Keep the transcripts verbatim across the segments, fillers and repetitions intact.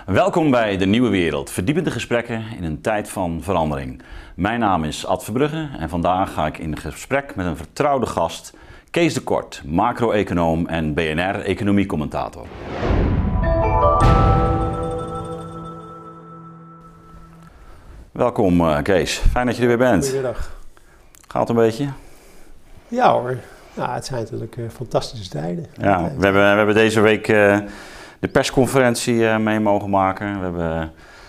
Welkom bij De Nieuwe Wereld, verdiepende gesprekken in een tijd van verandering. Mijn naam is Ad Verbrugge en vandaag ga ik in gesprek met een vertrouwde gast, Kees de Kort, macro-econoom en B N R-economiecommentator. Welkom uh, Kees, fijn dat je er weer bent. Goedemiddag. Gaat het een beetje? Ja hoor, ja, het zijn natuurlijk uh, fantastische tijden. Ja, we hebben, we hebben deze week uh, de persconferentie uh, mee mogen maken. We hebben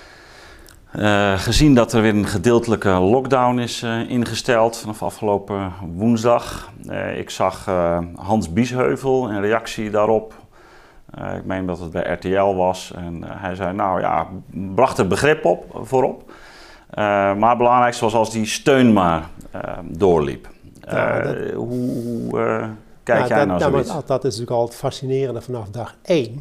uh, gezien dat er weer een gedeeltelijke lockdown is uh, ingesteld vanaf afgelopen woensdag. Uh, ik zag uh, Hans Biesheuvel in reactie daarop. Uh, ik meen dat het bij R T L was. En uh, hij zei, nou ja, bracht er begrip op, voorop. Uh, maar het belangrijkste was als die steun maar uh, doorliep. Uh, ja, dat, hoe hoe uh, kijk ja, jij dat, nou ja, zoiets? Dat, dat is natuurlijk al het fascinerende vanaf dag één.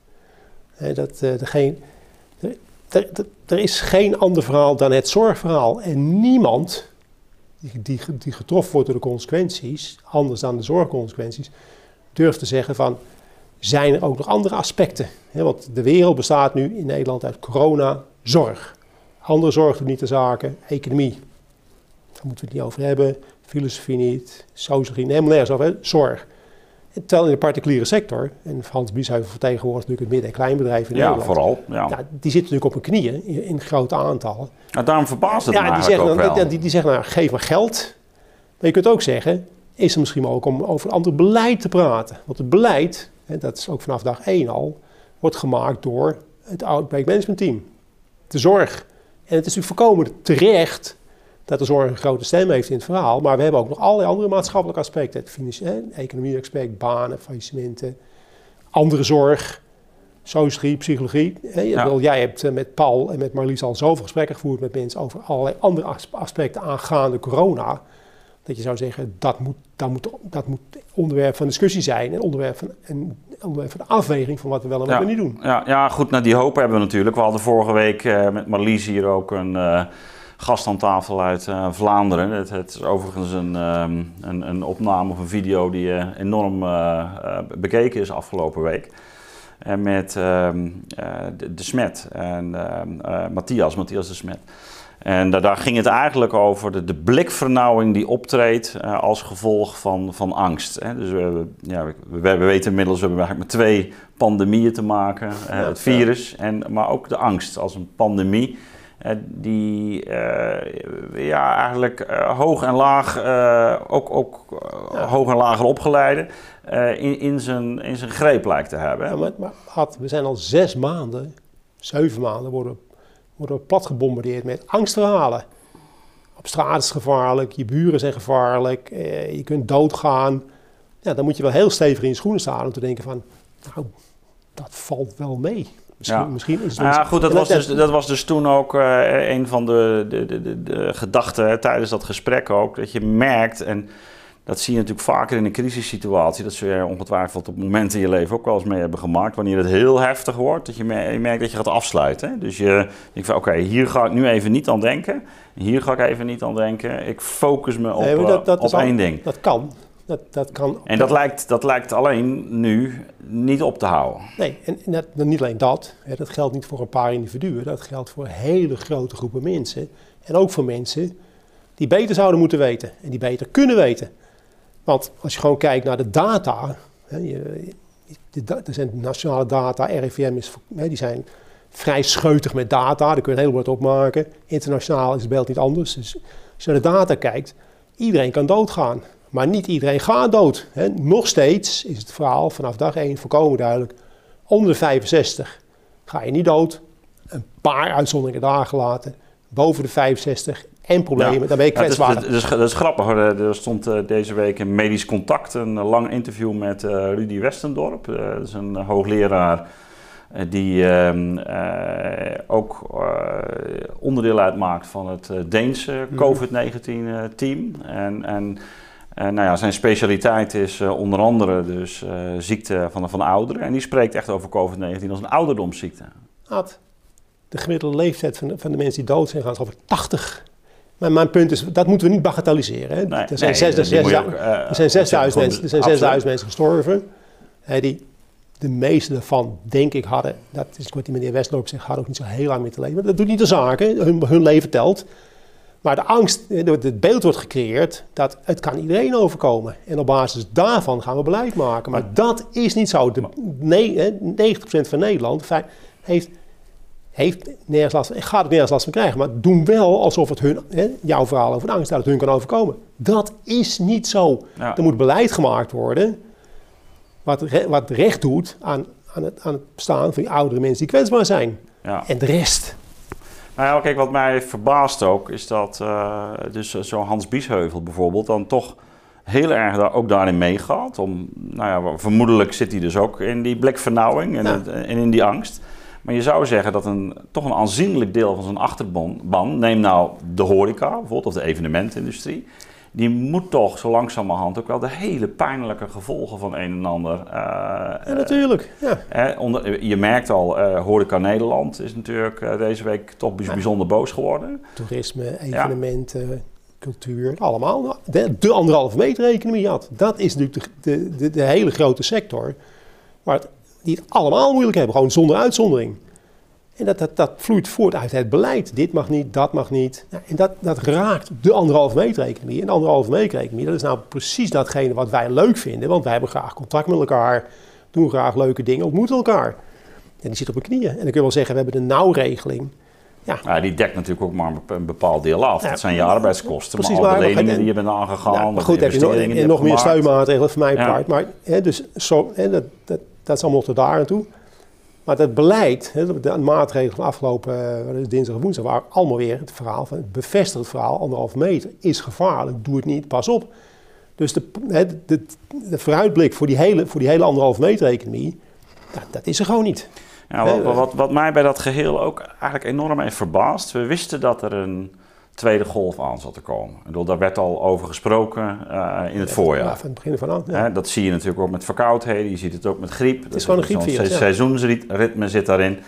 He, dat, uh, er, geen, er, er, er is geen ander verhaal dan het zorgverhaal. En niemand die, die, die getroffen wordt door de consequenties, anders dan de zorgconsequenties, durft te zeggen van, zijn er ook nog andere aspecten? He, want de wereld bestaat nu in Nederland uit corona, zorg. Andere zorg doet niet de zaken, economie. Daar moeten we het niet over hebben. Filosofie niet, sociologie, helemaal nergens over, zorg. En terwijl in de particuliere sector, en Hans Biesheuvel vertegenwoordigt natuurlijk het midden- en kleinbedrijf in ja, Nederland. Vooral, ja, ja. Die zitten natuurlijk op hun knieën in, in grote aantallen. Nou, daarom verbaast het ja, me die eigenlijk zeggen, ook wel. Die, die, die zeggen, nou, geef maar geld. Maar je kunt ook zeggen, is er misschien ook om over ander beleid te praten. Want het beleid, hè, dat is ook vanaf dag één al, wordt gemaakt door het Outbreak Management Team. De zorg. En het is natuurlijk volkomen terecht dat de zorg een grote stem heeft in het verhaal. Maar we hebben ook nog allerlei andere maatschappelijke aspecten. Het financiële, economie-aspect, banen, faillissementen, andere zorg, sociologie, psychologie. Ja. Jij hebt met Paul en met Marlies al zoveel gesprekken gevoerd met mensen over allerlei andere aspecten aangaande corona. Dat je zou zeggen, dat moet, dat moet, dat moet onderwerp van discussie zijn en onderwerp van, en onderwerp van de afweging van wat we wel en wat ja, we niet doen. Ja, ja, goed, nou, die hoop hebben we natuurlijk. We hadden vorige week uh, met Marlies hier ook een uh, gast aan tafel uit uh, Vlaanderen. Het, het is overigens een, um, een, een opname of een video die uh, enorm uh, uh, bekeken is afgelopen week. En met uh, uh, de, de Smet en uh, uh, Matthias, Matthias de Smet. En daar, daar ging het eigenlijk over de, de blikvernauwing die optreedt uh, als gevolg van, van angst. Hè. Dus we, ja, we, we weten inmiddels, we hebben eigenlijk met twee pandemieën te maken. Uh, ja, het virus, ja. en, maar ook de angst als een pandemie. Uh, die uh, ja, eigenlijk uh, hoog en laag, uh, ook, ook uh, ja. hoog en lager opgeleide, uh, in, in, zijn, in zijn greep lijkt te hebben. Ja, maar, maar Ad, we zijn al zes maanden, zeven maanden worden worden we plat gebombardeerd met angstverhalen. Op straat is het gevaarlijk, je buren zijn gevaarlijk, eh, je kunt doodgaan. Ja, dan moet je wel heel stevig in je schoenen staan om te denken van, nou, dat valt wel mee. Misschien, ja. misschien is het ja, goed, dat was, dus, dat was dus toen ook uh, een van de, de, de, de, de gedachten hè, tijdens dat gesprek ook, dat je merkt, en dat zie je natuurlijk vaker in een crisissituatie, dat zul je ongetwijfeld op momenten in je leven ook wel eens mee hebben gemaakt, wanneer het heel heftig wordt, dat je, me- je merkt dat je gaat afsluiten. Hè? Dus je denkt van oké, okay, hier ga ik nu even niet aan denken, hier ga ik even niet aan denken, ik focus me op, nee, dat, dat op één al, ding. Dat kan. Dat, dat kan. En dat lijkt, dat lijkt alleen nu niet op te houden. Nee, en, en dat, niet alleen dat, hè, dat geldt niet voor een paar individuen, dat geldt voor hele grote groepen mensen. En ook voor mensen die beter zouden moeten weten en die beter kunnen weten. Want als je gewoon kijkt naar de data, hè, je, de, er zijn nationale data, R I V M is, hè, die zijn vrij scheutig met data, daar kun je een heel wat opmaken. Internationaal is het beeld niet anders. Dus als je naar de data kijkt, iedereen kan doodgaan. Maar niet iedereen gaat dood. Hè. Nog steeds is het verhaal vanaf dag één volkomen duidelijk. Onder de vijfenzestig ga je niet dood. Een paar uitzonderingen daar gelaten. Boven de vijfenzestig en problemen, ja. Dan ben je kwetsbaar. Ja, dat, is, dat, is, dat is grappig. Er stond uh, deze week in Medisch Contact een uh, lang interview met uh, Rudy Westendorp. Uh, dat is een uh, hoogleraar uh, die uh, uh, ook uh, onderdeel uitmaakt van het uh, Deense covid negentien uh, team. En, en uh, nou ja, zijn specialiteit is uh, onder andere dus uh, ziekte van, van ouderen. En die spreekt echt over covid negentien als een ouderdomsziekte. Ad, de gemiddelde leeftijd van de, van de mensen die dood zijn gaan is over tachtig. Maar mijn punt is, dat moeten we niet bagatelliseren. Hè. Nee, er zijn nee, zesduizend mensen, er zijn zesduizend mensen gestorven. Hè, die, de meeste daarvan, denk ik, hadden, dat is wat die meneer Westloop zegt, hadden ook niet zo heel lang meer te leven. Dat doet niet de zaak, hè? Hun, hun leven telt. Maar de angst, het beeld wordt gecreëerd dat het kan iedereen overkomen. En op basis daarvan gaan we beleid maken. Maar dat is niet zo. De, nee, negentig procent van Nederland heeft, heeft nergens last van, gaat er nergens last van krijgen. Maar doen wel alsof het hun, hè, jouw verhaal over de angst, dat het hun kan overkomen. Dat is niet zo. Ja. Er moet beleid gemaakt worden wat, wat recht doet aan, aan, het, aan het bestaan van die oudere mensen die kwetsbaar zijn. Ja. En de rest... Nou ja, kijk, wat mij verbaast ook, is dat uh, dus zo'n Hans Biesheuvel bijvoorbeeld dan toch heel erg daar, ook daarin meegaat. Om, nou ja, vermoedelijk zit hij dus ook in die blikvernauwing en, ja. het, en in die angst. Maar je zou zeggen dat een, toch een aanzienlijk deel van zijn achterban, neem nou de horeca bijvoorbeeld, of de evenementindustrie, die moet toch zo langzamerhand ook wel de hele pijnlijke gevolgen van een en ander... Uh, ja, natuurlijk. Ja. Uh, onder, je merkt al, uh, Horeca Nederland is natuurlijk uh, deze week toch bijzonder boos geworden. Toerisme, evenementen, ja. cultuur, allemaal. De, de anderhalve meter economie had. Dat is natuurlijk de, de, de, de hele grote sector waar het, die het allemaal moeilijk hebben, gewoon zonder uitzondering. En dat, dat, dat vloeit voort uit het beleid. Dit mag niet, dat mag niet. Ja, en dat, dat raakt de anderhalve meter economie. En de anderhalve meter economie, dat is nou precies datgene wat wij leuk vinden. Want wij hebben graag contact met elkaar, doen graag leuke dingen, ontmoeten elkaar. En die zit op hun knieën. En dan kun je wel zeggen, we hebben de nauwregeling. Ja. Ja, die dekt natuurlijk ook maar een bepaald deel af. Ja, dat zijn je arbeidskosten, maar alle leningen en, die je bent aangegaan. Ja, maar goed, heb je nog, en, en nog meer steunmaatregelen van mijn ja. part. Maar hè, dus zo, hè, dat, dat, dat is allemaal nog tot daar naartoe. Maar dat beleid, de maatregelen van afgelopen uh, dinsdag en woensdag, waren allemaal weer het verhaal van het bevestigd het verhaal, anderhalve meter is gevaarlijk, doe het niet, pas op. Dus de, de, de, de vooruitblik voor die hele, voor die hele anderhalve meter economie, dat, dat is er gewoon niet. Ja, wat, wat, wat mij bij dat geheel ook eigenlijk enorm heeft verbaasd, we wisten dat er een tweede golf aan zat te komen. Ik bedoel, daar werd al over gesproken uh, in het voorjaar. Ja, van het begin van aan. Ja. He, dat zie je natuurlijk ook met verkoudheden, je ziet het ook met griep. Het is gewoon een griepvirus. Zo'n seizoensritme zit daarin.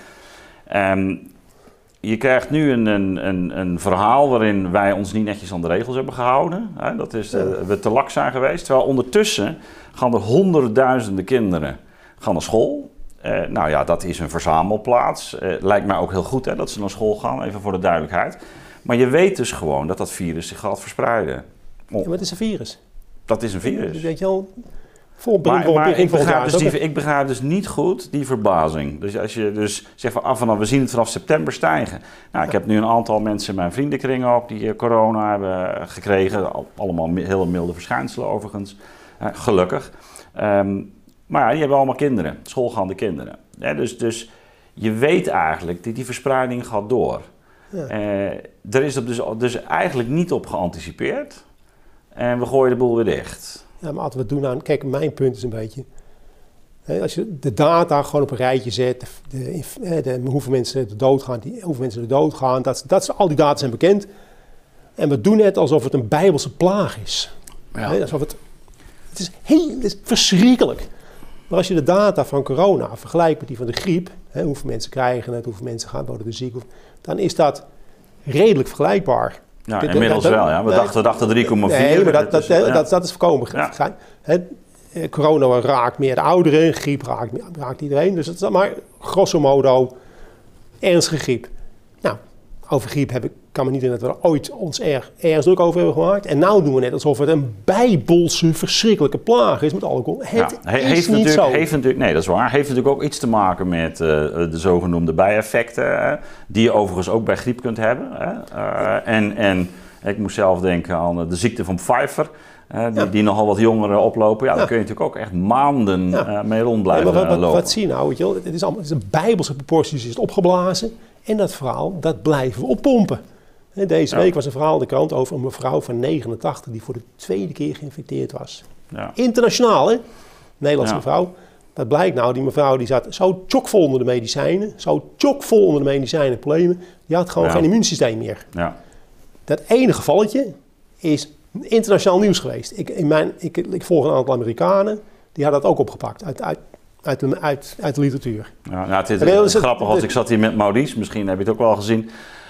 Um, je krijgt nu een, een, een, een verhaal waarin wij ons niet netjes aan de regels hebben gehouden. He, dat is uh, we te lak zijn geweest. Terwijl ondertussen gaan er honderdduizenden kinderen gaan naar school. Uh, nou ja, dat is een verzamelplaats. Uh, lijkt mij ook heel goed hè, dat ze naar school gaan, even voor de duidelijkheid. Maar je weet dus gewoon dat dat virus zich gaat verspreiden. Oh. Ja, maar het is een virus. Dat is een virus. Dat weet je al. Vol, maar vol, maar vol, ik, begrijp dus die, ik begrijp dus niet goed die verbazing. Dus als je dus zegt van af vanaf, we zien het vanaf september stijgen. Nou, ik heb nu een aantal mensen in mijn vriendenkring ook die corona hebben gekregen. Allemaal hele milde verschijnselen overigens. Uh, gelukkig. Um, maar ja, die hebben allemaal kinderen, schoolgaande kinderen. Ja, dus, dus je weet eigenlijk dat die verspreiding gaat door. Ja. Uh, er is er dus, dus eigenlijk niet op geanticipeerd. En we gooien de boel weer dicht. Ja, maar als we het doen aan... Kijk, mijn punt is een beetje... Hè, als je de data gewoon op een rijtje zet... De, de, de, hoeveel mensen er dood gaan, die, hoeveel mensen er dood gaan... Dat, dat, al die data zijn bekend. En we doen het alsof het een bijbelse plaag is. Ja. Hè, alsof het... Het is, heel, het is verschrikkelijk. Maar als je de data van corona vergelijkt met die van de griep... Hè, hoeveel mensen krijgen het, hoeveel mensen gaan worden ziek... dan is dat redelijk vergelijkbaar. Ja, inmiddels dat, wel. Ja. We nee, dachten, dachten drie komma vier. Nee, maar dat, dat, dat, ja. dat, dat is voorkomen. Ja. He, corona raakt meer de ouderen, griep raakt, raakt iedereen. Dus het is maar grosso modo ernstige griep. Nou, over griep heb ik, kan me niet in dat we er ooit ons erg, ergens druk over hebben gemaakt. En nou doen we net alsof het een bijbelse, verschrikkelijke plaag is met alcohol. Het ja, he, is heeft niet zo. Heeft natuurlijk, nee, dat is waar. Heeft natuurlijk ook iets te maken met uh, de zogenoemde bijeffecten. Uh, die je overigens ook bij griep kunt hebben. Uh, uh, en, en ik moest zelf denken aan de ziekte van Pfeiffer. Uh, die, ja. die nogal wat jongeren oplopen. Ja, ja. Daar kun je natuurlijk ook echt maanden ja. uh, mee rond blijven ja, maar wat, lopen. Wat zie je nou? Weet je wel? Het is allemaal het is een bijbelse proporties is het opgeblazen. En dat verhaal, dat blijven we oppompen. Deze ja. week was een verhaal in de krant over een mevrouw van negenentachtig... die voor de tweede keer geïnfecteerd was. Ja. Internationaal, hè? Nederlandse ja. mevrouw. Dat blijkt nou, die mevrouw die zat zo chockvol onder de medicijnen... zo chockvol onder de medicijnen problemen... die had gewoon ja. geen immuunsysteem meer. Ja. Dat ene gevalletje is internationaal nieuws geweest. Ik, in mijn, ik, ik volg een aantal Amerikanen... die hadden dat ook opgepakt uit... uit Uit de, uit, uit de literatuur. Ja, nou, het is, het is grappig, als ik zat hier met Maurice, misschien heb je het ook wel gezien.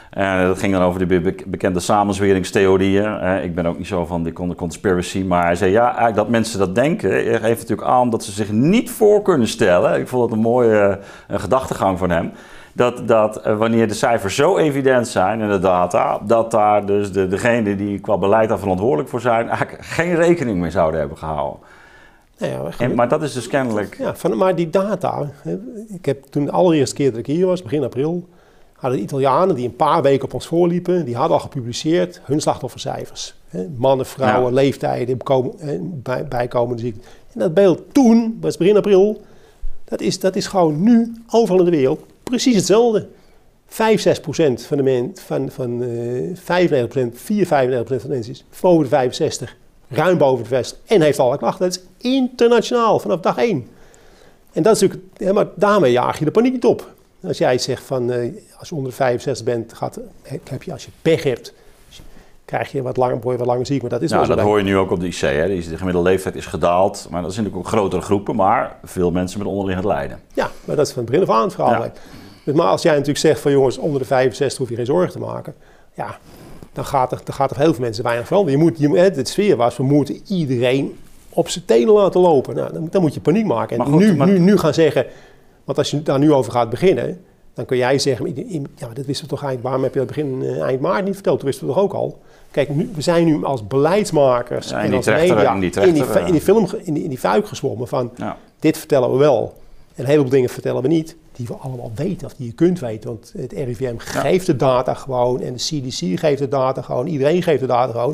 Uh, dat ging dan over de be bekende samenzweringstheorieën. Uh, ik ben ook niet zo van die conspiracy, maar hij zei ja, eigenlijk dat mensen dat denken, geeft natuurlijk aan dat ze zich niet voor kunnen stellen. Ik vond het een mooie uh, gedachtegang van hem. Dat, dat uh, wanneer de cijfers zo evident zijn in de data, dat daar dus de, degenen die qua beleid daar verantwoordelijk voor zijn, eigenlijk geen rekening mee zouden hebben gehouden. Nou ja, en, maar dat is dus kennelijk... Ja, van, maar die data, ik heb toen de allereerste keer dat ik hier was, begin april, hadden de Italianen die een paar weken op ons voorliepen, die hadden al gepubliceerd hun slachtoffercijfers. Mannen, vrouwen, ja. leeftijden, bij, bijkomende ziekten. En dat beeld toen, was begin april, dat is, dat is gewoon nu overal in de wereld precies hetzelfde. vijf, zes procent van de mensen, van, van uh, vijfennegentig procent, vier, vijfennegentig procent van de mensen is boven de vijfenzestig, ruim boven de vijfenzestig en heeft alle klachten. Dat is internationaal, vanaf dag één. En dat is natuurlijk, ja, maar daarmee jaag je de paniek niet op. Als jij zegt van, uh, als je onder de vijfenzestig bent, gaat, heb je, als je pech hebt, krijg je wat langer, word je wat langer ziek, maar dat is nou, wel zo. Dat hoor je nu ook op de I C. Hè. De gemiddelde leeftijd is gedaald, maar dat zijn natuurlijk ook grotere groepen, maar veel mensen met onderliggend lijden. Ja, maar dat is van het begin af aan het verhaal. Ja. Dus, maar als jij natuurlijk zegt van jongens, onder de vijfenzestig hoef je geen zorgen te maken, ja, dan gaat er, dan gaat er voor heel veel mensen weinig veranderen. Je moet, je, het sfeer was, we moeten iedereen op zijn tenen laten lopen. Nou, dan, dan moet je paniek maken. En goed, nu, maar... nu, nu gaan zeggen, want als je daar nu over gaat beginnen, dan kun jij zeggen, ja, dat wisten we toch eind, waarom heb je dat begin uh, eind maart niet verteld? Dat wisten we toch ook al? Kijk, nu, we zijn nu als beleidsmakers ja, en als trechter, media in die, trechter, in, die, in die film, in die, in die fuik gezwommen van, ja. dit vertellen we wel. En een heleboel dingen vertellen we niet, die we allemaal weten of die je kunt weten. Want het R I V M geeft ja. de data gewoon en de C D C geeft de data gewoon, iedereen geeft de data gewoon.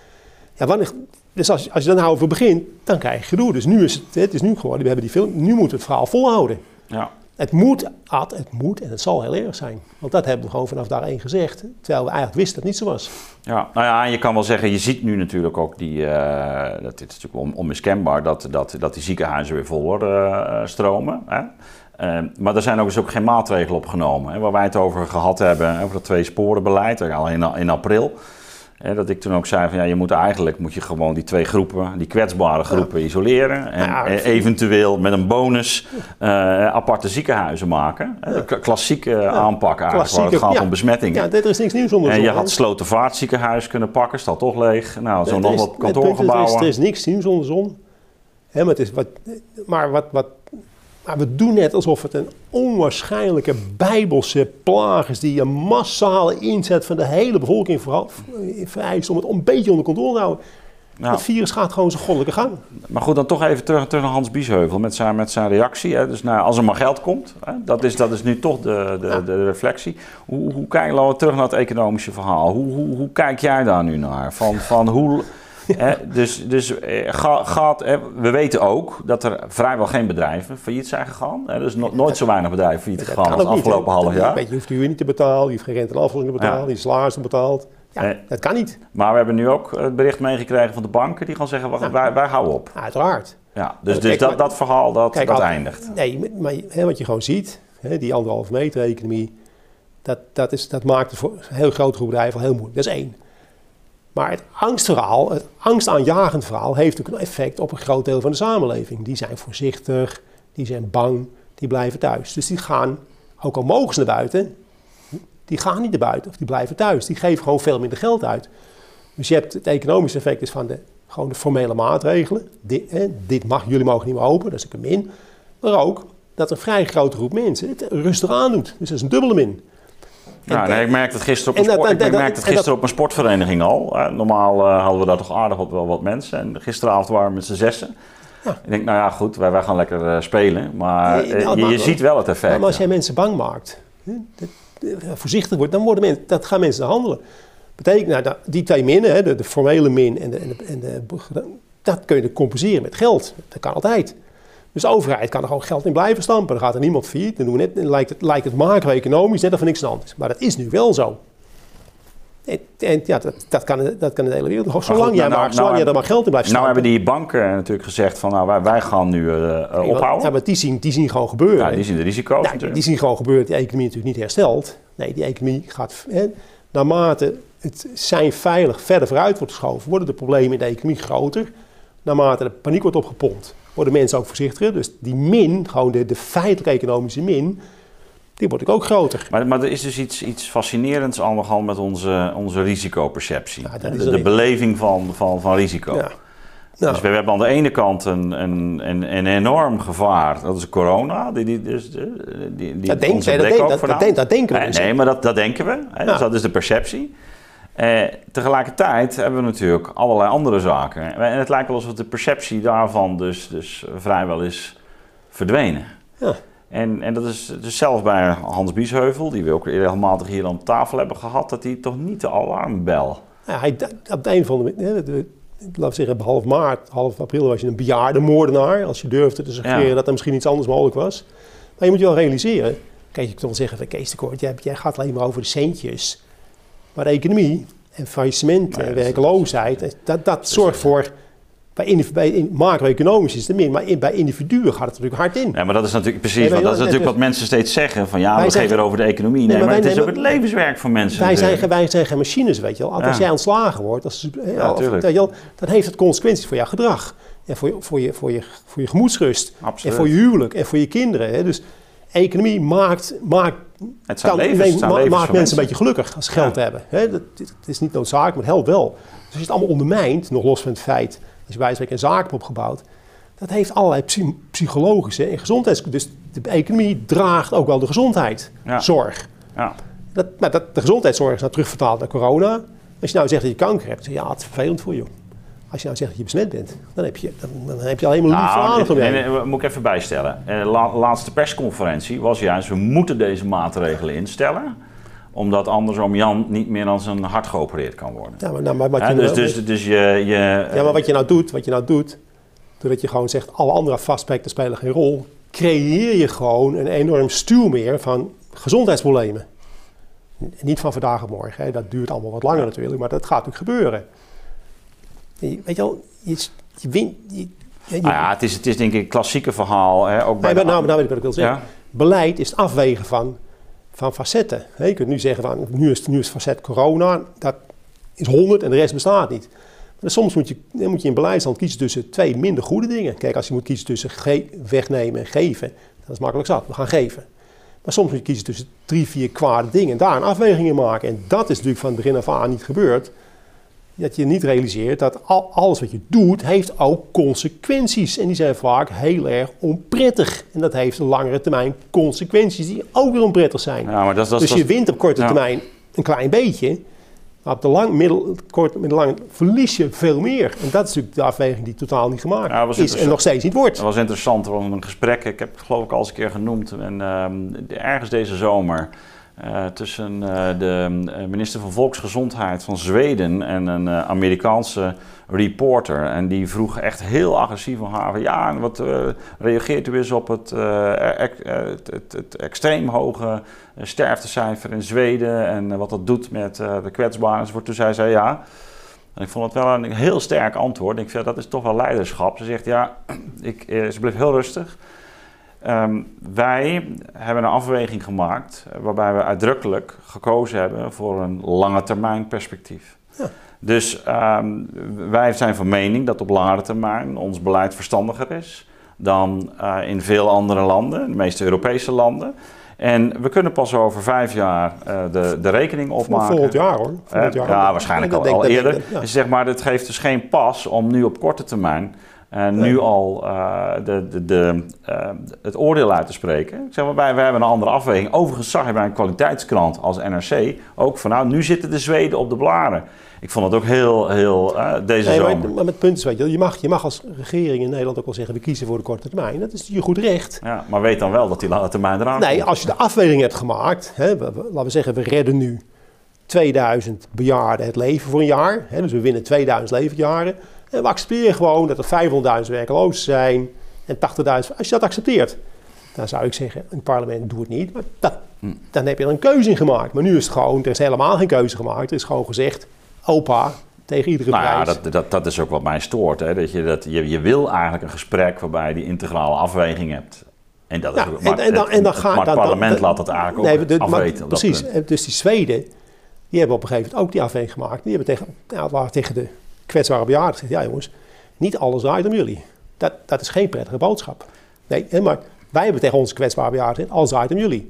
Ja, wanneer, dus als, als je dan nou over begint, dan krijg je gedoe. Dus nu is het, het is nu geworden, we hebben die film, nu moeten we het verhaal volhouden. Ja. Het moet, Ad, het moet en het zal heel erg zijn. Want dat hebben we gewoon vanaf dag één gezegd. Terwijl we eigenlijk wisten dat het niet zo was. Ja, nou ja, en je kan wel zeggen, je ziet nu natuurlijk ook die, uh, dat is natuurlijk on, onmiskenbaar, dat, dat, dat die ziekenhuizen weer vol worden uh, stromen. Hè? Uh, maar er zijn ook eens ook geen maatregelen opgenomen. Hè? Waar wij het over gehad hebben, over dat twee sporenbeleid, al in, in april. Hè, dat ik toen ook zei van ja, je moet eigenlijk moet je gewoon die twee groepen, die kwetsbare groepen ja. isoleren. En ja, eventueel met een bonus uh, aparte ziekenhuizen maken. Ja. De klassieke ja. aanpak eigenlijk, klassieke, waar het gaat ja. om besmettingen. Ja, er is niks nieuws onder de zon. En zon. je had Slotervaartziekenhuis kunnen pakken, staat toch leeg. Nou, zo nog wat kantoorgebouwen. Er is, er is niks nieuws onder de zon. He, maar het is wat, maar wat, wat Maar we doen net alsof het een onwaarschijnlijke bijbelse plaag is die een massale inzet van de hele bevolking vereist om het een beetje onder controle te houden. Nou, het virus gaat gewoon zijn goddelijke gang. Maar goed, dan toch even terug, terug naar Hans Biesheuvel met zijn, met zijn reactie. Hè. Dus nou, als er maar geld komt, hè, dat, is, dat is nu toch de, de, ja. de reflectie. Hoe, hoe kijk, laten we terug naar het economische verhaal. Hoe, hoe, hoe kijk jij daar nu naar? Van, van hoe... He, dus dus ga, gaat, he, we weten ook dat er vrijwel geen bedrijven failliet zijn gegaan. Er is no, nooit zo weinig bedrijven failliet gegaan als het afgelopen niet, half jaar. Je hoeft de huur niet te betalen, je hoeft geen rente en aflossing te betalen, ja. je salaris te betaald. Ja, nee. Dat kan niet. Maar we hebben nu ook het bericht meegekregen van de banken die gaan zeggen, wacht, ja. wij, wij houden op. Uiteraard. Ja, dus dus kijk, dat, maar, dat verhaal dat, kijk, dat al, eindigt. Nee, maar he, wat je gewoon ziet, he, die anderhalve meter economie, dat, dat, is, dat maakt het voor een heel grote groep bedrijven heel moeilijk. Dat is één. Maar het angstverhaal, het angstaanjagend verhaal, heeft ook een effect op een groot deel van de samenleving. Die zijn voorzichtig, die zijn bang, die blijven thuis. Dus die gaan, ook al mogen ze naar buiten, die gaan niet naar buiten of die blijven thuis. Die geven gewoon veel minder geld uit. Dus je hebt het economische effect is van de, gewoon de formele maatregelen. Dit, hè, dit mag, jullie mogen niet meer open, dat is een min. Maar ook dat een vrij grote groep mensen het rustig aandoet. Dus dat is een dubbele min. Ja, nee, ik merkte het gisteren op een, sport, dat, dat, ik merkte het gisteren dat, op een sportvereniging al. Uh, normaal uh, hadden we daar toch aardig wat, wel wat mensen. En gisteravond waren we met z'n zessen. Ja. Ik denk, nou ja, goed, wij, wij gaan lekker uh, spelen. Maar uh, je, je ziet wel het effect. Maar als jij mensen bang maakt, hè, dat, uh, voorzichtig wordt, dan worden mensen, dat gaan mensen handelen. Betekent, nou, dat, die twee minnen, hè, de, de formele min en de, en de, en de, dat kun je compenseren met geld. Dat kan altijd. Dus de overheid kan er gewoon geld in blijven stampen. Dan gaat er niemand failliet. Dan, doen we net, dan lijkt het, lijkt het macro-economisch net of er niks aan de hand is. Maar dat is nu wel zo. En, en ja, dat, dat, kan, dat kan in de hele wereld. Zolang, goed, jij, nou, maar, nou, zolang nou, jij er maar geld in blijft stampen. Nou hebben die banken natuurlijk gezegd van nou, wij, wij gaan nu uh, uh, ophouden. Ja, maar die zien, die zien gewoon gebeuren. Ja, die zien de risico's nou, die, die zien gewoon gebeuren dat die economie natuurlijk niet herstelt. Nee, die economie gaat... Hè, naarmate het zijn veilig verder vooruit wordt geschoven, worden de problemen in de economie groter. Naarmate de paniek wordt opgepompt, worden mensen ook voorzichtiger. Dus die min, gewoon de, de feitelijke economische min, die wordt ook groter. Maar, maar er is dus iets, iets fascinerends allemaal met onze, onze risicoperceptie. Ja, de de beleving van, van, van risico. Ja. Nou. Dus we hebben aan de ene kant een, een, een, een enorm gevaar, dat is corona. Die, die, dus, die, die dat, denk, nee, dat, denk, dat, dat, denk, dat denken we. Nee, dus. nee maar dat, dat denken we. Hè, ja. Dus dat is de perceptie. Eh, tegelijkertijd hebben we natuurlijk allerlei andere zaken. En het lijkt wel alsof de perceptie daarvan dus, dus vrijwel is verdwenen. Ja. En, en dat is dus zelfs bij Hans Biesheuvel, die we ook regelmatig hier aan tafel hebben gehad, dat hij toch niet de alarmbel. Ja, hij, op het een van de, de, de laten we zeggen, half maart, half april was je een bejaardenmoordenaar. Als je durfde te suggereren ja. dat er misschien iets anders mogelijk was. Maar je moet je wel realiseren. Kijk, je kan wel zeggen, Kees de Kort, jij, jij gaat alleen maar over de centjes. Maar de economie en faillissement en werkloosheid, dat, dat zorgt voor... Bij, bij in, macro-economisch is het meer, maar in, bij individuen gaat het natuurlijk hard in. Ja, maar dat is natuurlijk precies, nee, dat is natuurlijk wat mensen steeds zeggen. Van ja, we geven weer over de economie. Nee, nee maar, maar het is ook het levenswerk van mensen. Wij zijn, wij zijn geen machines, weet je wel. Als ja. jij ontslagen wordt, als, ja, of, dan heeft het consequenties voor jouw gedrag. En voor je, voor je, voor je, voor je gemoedsrust. Absoluut. En voor je huwelijk en voor je kinderen. Hè. Dus economie maakt, maakt, het zijn kan, levens, nee, het zijn ma levens maakt mensen mensen een beetje gelukkig als ze geld ja. hebben. Hè. Dat, het is niet noodzakelijk, maar het helpt wel. Dus als je het allemaal ondermijnt, nog los van het feit... als je bij wijze van een zaak hebt opgebouwd, dat heeft allerlei psy psychologische en gezondheids... Dus de economie draagt ook wel de gezondheidszorg. Ja. Ja. Dat, maar dat, de gezondheidszorg is nou terugvertaald naar corona. Als je nou zegt dat je kanker hebt, dan zeg je, ja, het is vervelend voor je. Als je nou zegt dat je besmet bent, dan heb je, dan, dan heb je alleen maar lief nou, van nee, nee, nee, moet ik even bijstellen. De la, laatste persconferentie was juist, we moeten deze maatregelen instellen... omdat anders oom Jan niet meer aan zijn hart geopereerd kan worden. Ja, maar, nou, maar wat je ja, dus, nou, dus, dus je, je, ja, maar wat je nou doet, wat je nou doet... doordat je gewoon zegt, alle andere aspecten spelen geen rol... creëer je gewoon een enorm stuwmeer van gezondheidsproblemen. Niet van vandaag op morgen, hè. Dat duurt allemaal wat langer natuurlijk... maar dat gaat natuurlijk gebeuren. Je, weet je wel, je, je wint... Je, je, nou ja, het is, het is denk ik een klassieke verhaal. Hè, ook bij nee, maar nou, nou weet ik wat ik wil zeggen. Ja? Beleid is het afwegen van... van facetten. Je kunt nu zeggen, van, nu is nu is facet corona, dat is honderd en de rest bestaat niet. Maar soms moet je, dan moet je in beleidsland kiezen tussen twee minder goede dingen. Kijk, als je moet kiezen tussen wegnemen en geven, dat is makkelijk zat, we gaan geven. Maar soms moet je kiezen tussen drie, vier kwade dingen en daar een afweging in maken. En dat is natuurlijk van het begin af aan niet gebeurd. Dat je niet realiseert dat al, alles wat je doet, heeft ook consequenties. En die zijn vaak heel erg onprettig. En dat heeft op langere termijn consequenties die ook weer onprettig zijn. Ja, maar dat, dat, dus dat, je wint op korte ja. termijn een klein beetje. Maar op de lang, middel, kort, middellang verlies je veel meer. En dat is natuurlijk de afweging die totaal niet gemaakt ja, is en nog steeds niet wordt. Dat was interessant, er was een gesprek, ik heb het geloof ik al eens een keer genoemd. En, uh, ergens deze zomer... Uh, tussen uh, de uh, minister van Volksgezondheid van Zweden en een uh, Amerikaanse reporter. En die vroeg echt heel agressief aan haar, ja, wat uh, reageert u eens op het, uh, ex, uh, het, het, het extreem hoge uh, sterftecijfer in Zweden en uh, wat dat doet met uh, de kwetsbaren. Toen zei zij ja. En ik vond het wel een heel sterk antwoord. Ik zei, dat is toch wel leiderschap. Ze zegt, ja, ik, uh, ze bleef heel rustig. Um, wij hebben een afweging gemaakt waarbij we uitdrukkelijk gekozen hebben voor een lange termijn perspectief. Ja. Dus um, wij zijn van mening dat op langere termijn ons beleid verstandiger is dan uh, in veel andere landen, de meeste Europese landen. En we kunnen pas over vijf jaar uh, de, de rekening opmaken. Volgend jaar hoor. Volgend jaar. Uh, ja, waarschijnlijk al, al eerder. Ja. Dus zeg maar, het geeft dus geen pas om nu op korte termijn Uh, nu nee. al uh, de, de, de, uh, het oordeel uit te spreken. Ik zeg maar, wij, wij hebben een andere afweging. Overigens zag je bij een kwaliteitskrant als N R C ook van nou, nu zitten de Zweden op de blaren. Ik vond het ook heel, heel uh, deze nee, zomer. Maar, maar het punt is, weet je, je mag, je mag als regering in Nederland ook wel zeggen, we kiezen voor de korte termijn. Dat is je goed recht. Ja, maar weet dan wel dat die lange termijn eraan Nee, komt. als je de afweging hebt gemaakt, hè, we, we, laten we zeggen, we redden nu tweeduizend bejaarden het leven voor een jaar. Hè, dus we winnen tweeduizend levensjaren. En we accepteren gewoon dat er vijfhonderdduizend werklozen zijn en tachtigduizend. Als je dat accepteert, dan zou ik zeggen, een parlement doet het niet. Maar dat, hm. dan heb je er een keuze in gemaakt. Maar nu is het gewoon, er is helemaal geen keuze gemaakt. Er is gewoon gezegd, opa, tegen iedere nou prijs. Ja, dat, dat, dat is ook wat mij stoort. Hè? Dat je, dat, je, je wil eigenlijk een gesprek waarbij je die integrale afweging hebt. En dat ja, is ook, maar, en, en dan, en dan gaat, maar het dan, parlement dan, laat dat eigenlijk nee, ook de, afweten. Maar, precies, dat, dus die Zweden, die hebben op een gegeven moment ook die afweging gemaakt. Die hebben tegen, nou, tegen de kwetsbare bejaarden gezegd, ja jongens, niet alles draait om jullie. Dat, dat is geen prettige boodschap. Nee, maar wij hebben tegen onze kwetsbare bejaarden gezegd, alles draait om jullie.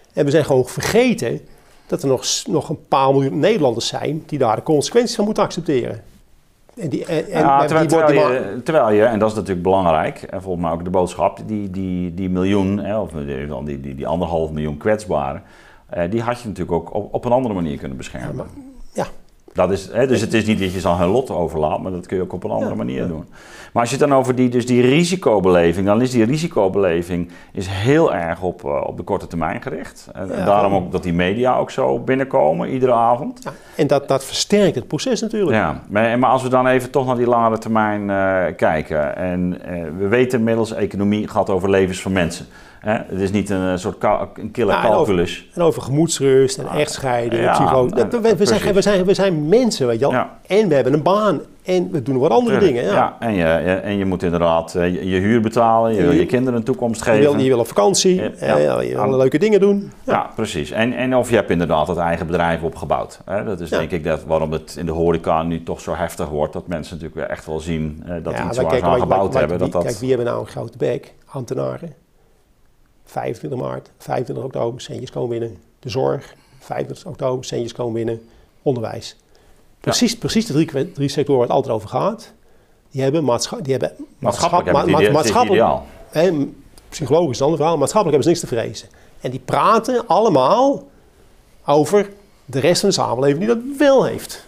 En we zijn gewoon vergeten dat er nog, nog een paar miljoen Nederlanders zijn die daar de consequenties van moeten accepteren. En die, en, en ja, terwijl, die terwijl, wordt, je, terwijl je, en dat is natuurlijk belangrijk, en volgens mij ook de boodschap, die, die, die miljoen, hè, of die, die, die anderhalf miljoen kwetsbaren, uh, die had je natuurlijk ook op, op een andere manier kunnen beschermen. Ja, maar, ja. Dat is, hè, dus het is niet dat je ze aan hun lot overlaat, maar dat kun je ook op een andere ja, manier ja. doen. Maar als je het dan over die, dus die risicobeleving, dan is die risicobeleving is heel erg op, uh, op de korte termijn gericht. En, ja, en daarom ook dat die media ook zo binnenkomen, iedere avond. Ja, en dat, dat versterkt het proces natuurlijk. Ja, maar, maar als we dan even toch naar die langere termijn uh, kijken. En uh, we weten inmiddels, economie gaat over levens van mensen. Hè? Het is niet een, een soort ka- een killer ja, calculus. En over, en over gemoedsrust en ah, echtscheiding, ja, psychologie. Ja, we, we, zijn, we, zijn, we zijn mensen, weet je wel. Ja. En we hebben een baan. En we doen wat andere Tuurlijk. dingen. Ja, ja en, je, en je moet inderdaad je, je huur betalen. Je wil je kinderen een toekomst geven. Je wil, je wil op vakantie. Ja, ja. Ja, je wil leuke dingen doen. Ja, ja precies. En, en of je hebt inderdaad het eigen bedrijf opgebouwd. Hè? Dat is ja. denk ik dat waarom het in de horeca nu toch zo heftig wordt. Dat mensen natuurlijk weer echt wel zien uh, dat ja, iets waar ze aan gebouwd maar, hebben. Maar, dat dat... Kijk, wie hebben nou een grote bek? Ambtenaren. vijfentwintig maart, vijfentwintig oktober, centjes komen binnen. De zorg, vijfentwintig oktober, centjes komen binnen. Onderwijs. Precies, ja. precies de drie, drie sectoren waar het altijd over gaat. Die hebben, maatscha- die hebben maatschappelijk, ma- ma- ma- maatschappelijk ideaal. Hè, psychologisch is een ander verhaal. Maatschappelijk hebben ze niks te vrezen. En die praten allemaal over de rest van de samenleving die dat wel heeft.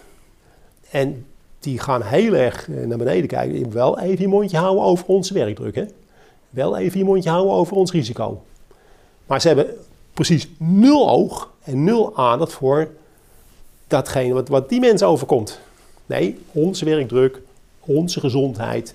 En die gaan heel erg naar beneden kijken. Je moet wel even je mondje houden over onze werkdruk. Hè? Wel even je mondje houden over ons risico. Maar ze hebben precies nul oog en nul aandacht voor datgene wat, wat die mensen overkomt. Nee, onze werkdruk, onze gezondheid.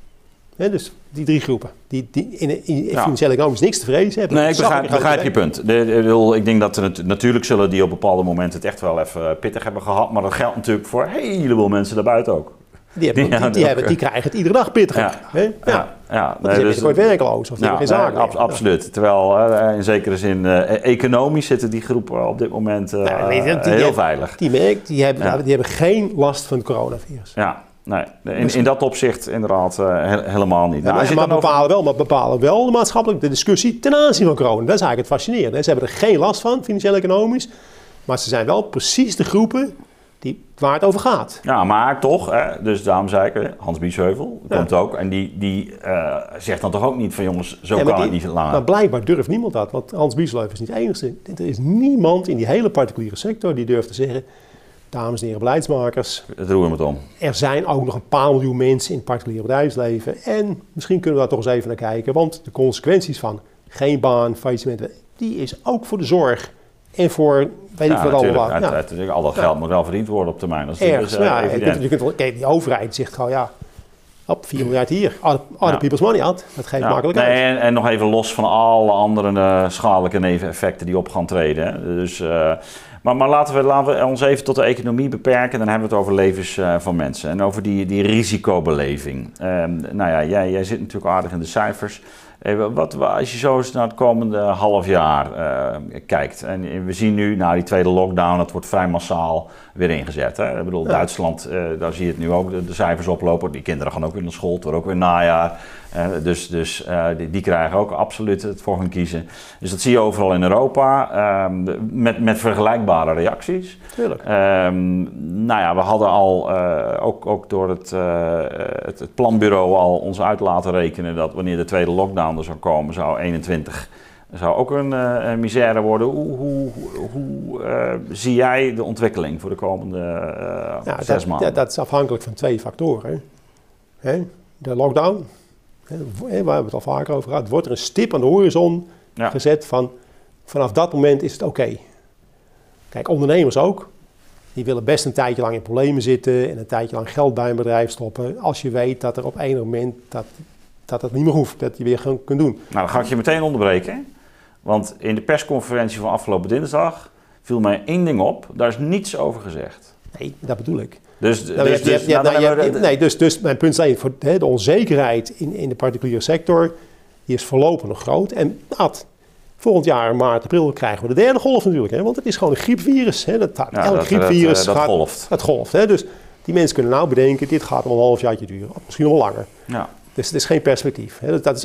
He, dus die drie groepen, die, die in, in ja. financieel economisch niks te vrezen hebben. Nee, ik begrijp, begrijp je punt. De, de, de, ik denk dat er het, natuurlijk zullen die op bepaalde momenten het echt wel even pittig hebben gehad. Maar dat geldt natuurlijk voor een heleboel mensen daarbuiten ook. Die, hebben, die, die, die, hebben, die krijgen het iedere dag pittiger. Ja, hè? ja. ja, ja. Nee, die dus, zijn werkloos of die ja, hebben geen zaken. Nee, ab, absoluut. Ja. Terwijl uh, in zekere zin uh, economisch zitten die groepen op dit moment uh, ja, nee, die, die, heel die, veilig. Die, merkt, die, hebben, ja. die hebben geen last van het coronavirus. Ja, nee. In, in dat opzicht inderdaad uh, he, helemaal niet. Ja, nou, maar, maar, bepalen over... wel, maar bepalen wel de maatschappelijke discussie ten aanzien van corona. Dat is eigenlijk het fascinerende. Ze hebben er geen last van, financieel economisch. Maar ze zijn wel precies de groepen die, waar het over gaat. Ja, maar toch, hè, dus daarom zei ik, Hans Biesheuvel ja. komt ook. En die, die uh, zegt dan toch ook niet van jongens, zo ja, kan die, het niet langer. Maar blijkbaar durft niemand dat, want Hans Biesheuvel is niet de enige. Er is niemand in die hele particuliere sector die durft te zeggen, dames en heren beleidsmakers. Het roer met om. Er zijn ook nog een paar miljoen mensen in het particuliere bedrijfsleven. En misschien kunnen we daar toch eens even naar kijken. Want de consequenties van geen baan, faillissement, die is ook voor de zorg. En voor, weet ja, ik wat allemaal. Ja, natuurlijk. Al dat geld ja. moet wel verdiend worden op termijn. Dat is Ergens, dus, uh, ja, je kunt, je kunt, kijk, die overheid zegt gewoon, ja, op vier miljard hier. Other, other ja. people's money had. Dat geeft ja. makkelijk nee, uit. En, en nog even los van alle andere uh, schadelijke neveneffecten die op gaan treden. Hè. Dus, uh, maar maar laten, we, laten we ons even tot de economie beperken. Dan hebben we het over levens uh, van mensen. En over die, die risicobeleving. Uh, nou ja, jij, jij zit natuurlijk aardig in de cijfers. Even, wat, als je zo eens naar het komende half jaar uh, kijkt. En we zien nu, nou die tweede lockdown, dat wordt vrij massaal weer ingezet. Hè? Ik bedoel, ja. Duitsland, uh, daar zie je het nu ook, de, de cijfers oplopen. Die kinderen gaan ook weer naar school, het wordt ook weer najaar. Uh, dus dus uh, die, die krijgen ook absoluut het voor hun kiezen. Dus dat zie je overal in Europa, um, met, met vergelijkbare reacties. Tuurlijk. Um, nou ja, we hadden al, uh, ook, ook door het, uh, het, het planbureau al ons uit laten rekenen dat wanneer de tweede lockdown er zou komen, zou eenentwintig zou ook een, uh, een misère worden. Hoe, hoe, hoe uh, zie jij de ontwikkeling voor de komende uh, ja, zes dat, maanden? Ja, dat is afhankelijk van twee factoren. Hè? De lockdown, hè, waar hebben we het al vaker over gehad, wordt er een stip aan de horizon ja. gezet van vanaf dat moment is het oké. Okay. Kijk, ondernemers ook. Die willen best een tijdje lang in problemen zitten en een tijdje lang geld bij een bedrijf stoppen. Als je weet dat er op enig moment dat, dat het niet meer hoeft, dat je weer gewoon kunt doen. Nou, dan ga ik je meteen onderbreken. Want in de persconferentie van afgelopen dinsdag viel mij één ding op. Daar is niets over gezegd. Nee, dat bedoel ik. Dus, nou, dus, dus, ja, nou, nou, we, nee, dus, dus mijn punt is één. Voor de, de onzekerheid in, in de particuliere sector, die is voorlopig nog groot. En dat, volgend jaar, maart, april, krijgen we de derde golf natuurlijk. Hè, want het is gewoon een griepvirus. Hè, dat, ja, elk dat, griepvirus dat, dat gaat, golft. Dat golft. Hè, dus die mensen kunnen nou bedenken, dit gaat nog een half jaartje duren. Misschien nog wel langer. Ja. Dus het is geen perspectief. Hè, dat is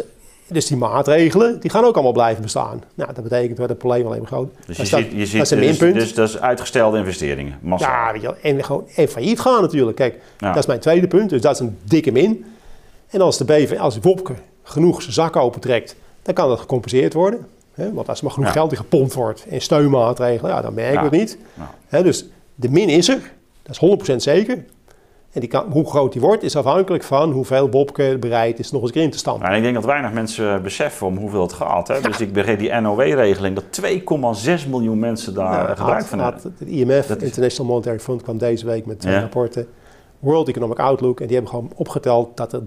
Dus die maatregelen, die gaan ook allemaal blijven bestaan. Nou, dat betekent dat het probleem alleen maar groot. Dus dat je is dat, ziet, je ziet dat is een dus, minpunt. dus dat is uitgestelde investeringen, massaal. Ja, weet je wel, en gewoon en failliet gaan natuurlijk. Kijk, Ja. dat is mijn tweede punt. Dus dat is een dikke min. En als de B V, als Wopke genoeg zijn zak opentrekt, dan kan dat gecompenseerd worden. Hè? Want als er maar genoeg Ja. geld in gepompt wordt en steunmaatregelen, ja, dan merken Ja. we het niet. Ja. Hè, dus de min is er, dat is honderd procent zeker. En die kan, hoe groot die wordt, is afhankelijk van hoeveel Wopke bereid is nog eens een keer in te stampen. En ik denk dat weinig mensen beseffen om hoeveel het gaat. Hè? Ja. Dus ik begreep die N O W-regeling, dat twee komma zes miljoen mensen daar Ja, gebruik had, van had hebben. het I M F, Dat is- International Monetary Fund, kwam deze week met twee Ja. rapporten. World Economic Outlook. En die hebben gewoon opgeteld dat het,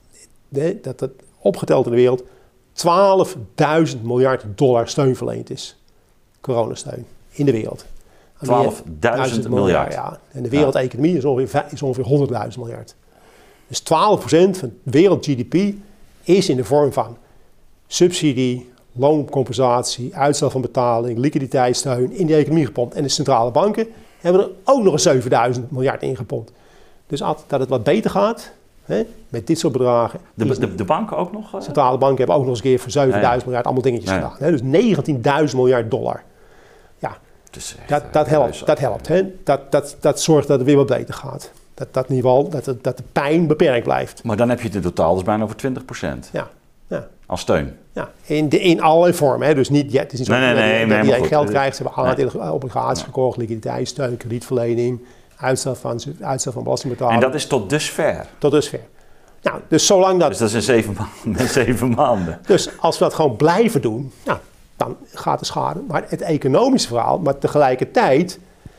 nee, dat het opgeteld in de wereld twaalfduizend miljard dollar steun verleend is. Coronasteun in de wereld. twaalfduizend miljard. Ja. En de wereldeconomie is ongeveer, vij- is ongeveer honderdduizend miljard. Dus twaalf procent van wereld G D P is in de vorm van subsidie, looncompensatie, uitstel van betaling, liquiditeitssteun in de economie gepompt. En de centrale banken hebben er ook nog eens zevenduizend miljard in gepompt. Dus altijd dat het wat beter gaat, hè, met dit soort bedragen. De, is de, de banken ook nog? Uh? centrale banken hebben ook nog eens een keer voor zevenduizend Ja, ja. miljard allemaal dingetjes Ja, ja. gedaan. Hè. Dus negentienduizend miljard dollar. Ja, Dus echt, dat, uh, dat helpt. huis- Dat, helpt hè. Dat, dat, dat zorgt dat het weer wat beter gaat. Dat, dat, in ieder geval, dat, het- dat de pijn beperkt blijft. Maar dan heb je het in totaal dus bijna over twintig procent Ja, ja. als steun. Ja, in, de, in allerlei vormen. Hè. Dus niet, ja, het is niet zo Nee, nee, dat, nee, dat nee, maar iedereen goed. geld krijgt. Ze hebben Nee. aandelen, obligaties Ja. gekocht, liquiditeitssteun, kredietverlening, uitstel van, uitstel van belastingbetaling. En dat is tot dusver. Tot dusver. Nou, dus zolang dat... Dus dat is in zeven, ma- zeven maanden. Dus als we dat gewoon blijven doen, nou, dan gaat de schade. Maar het economische verhaal, maar tegelijkertijd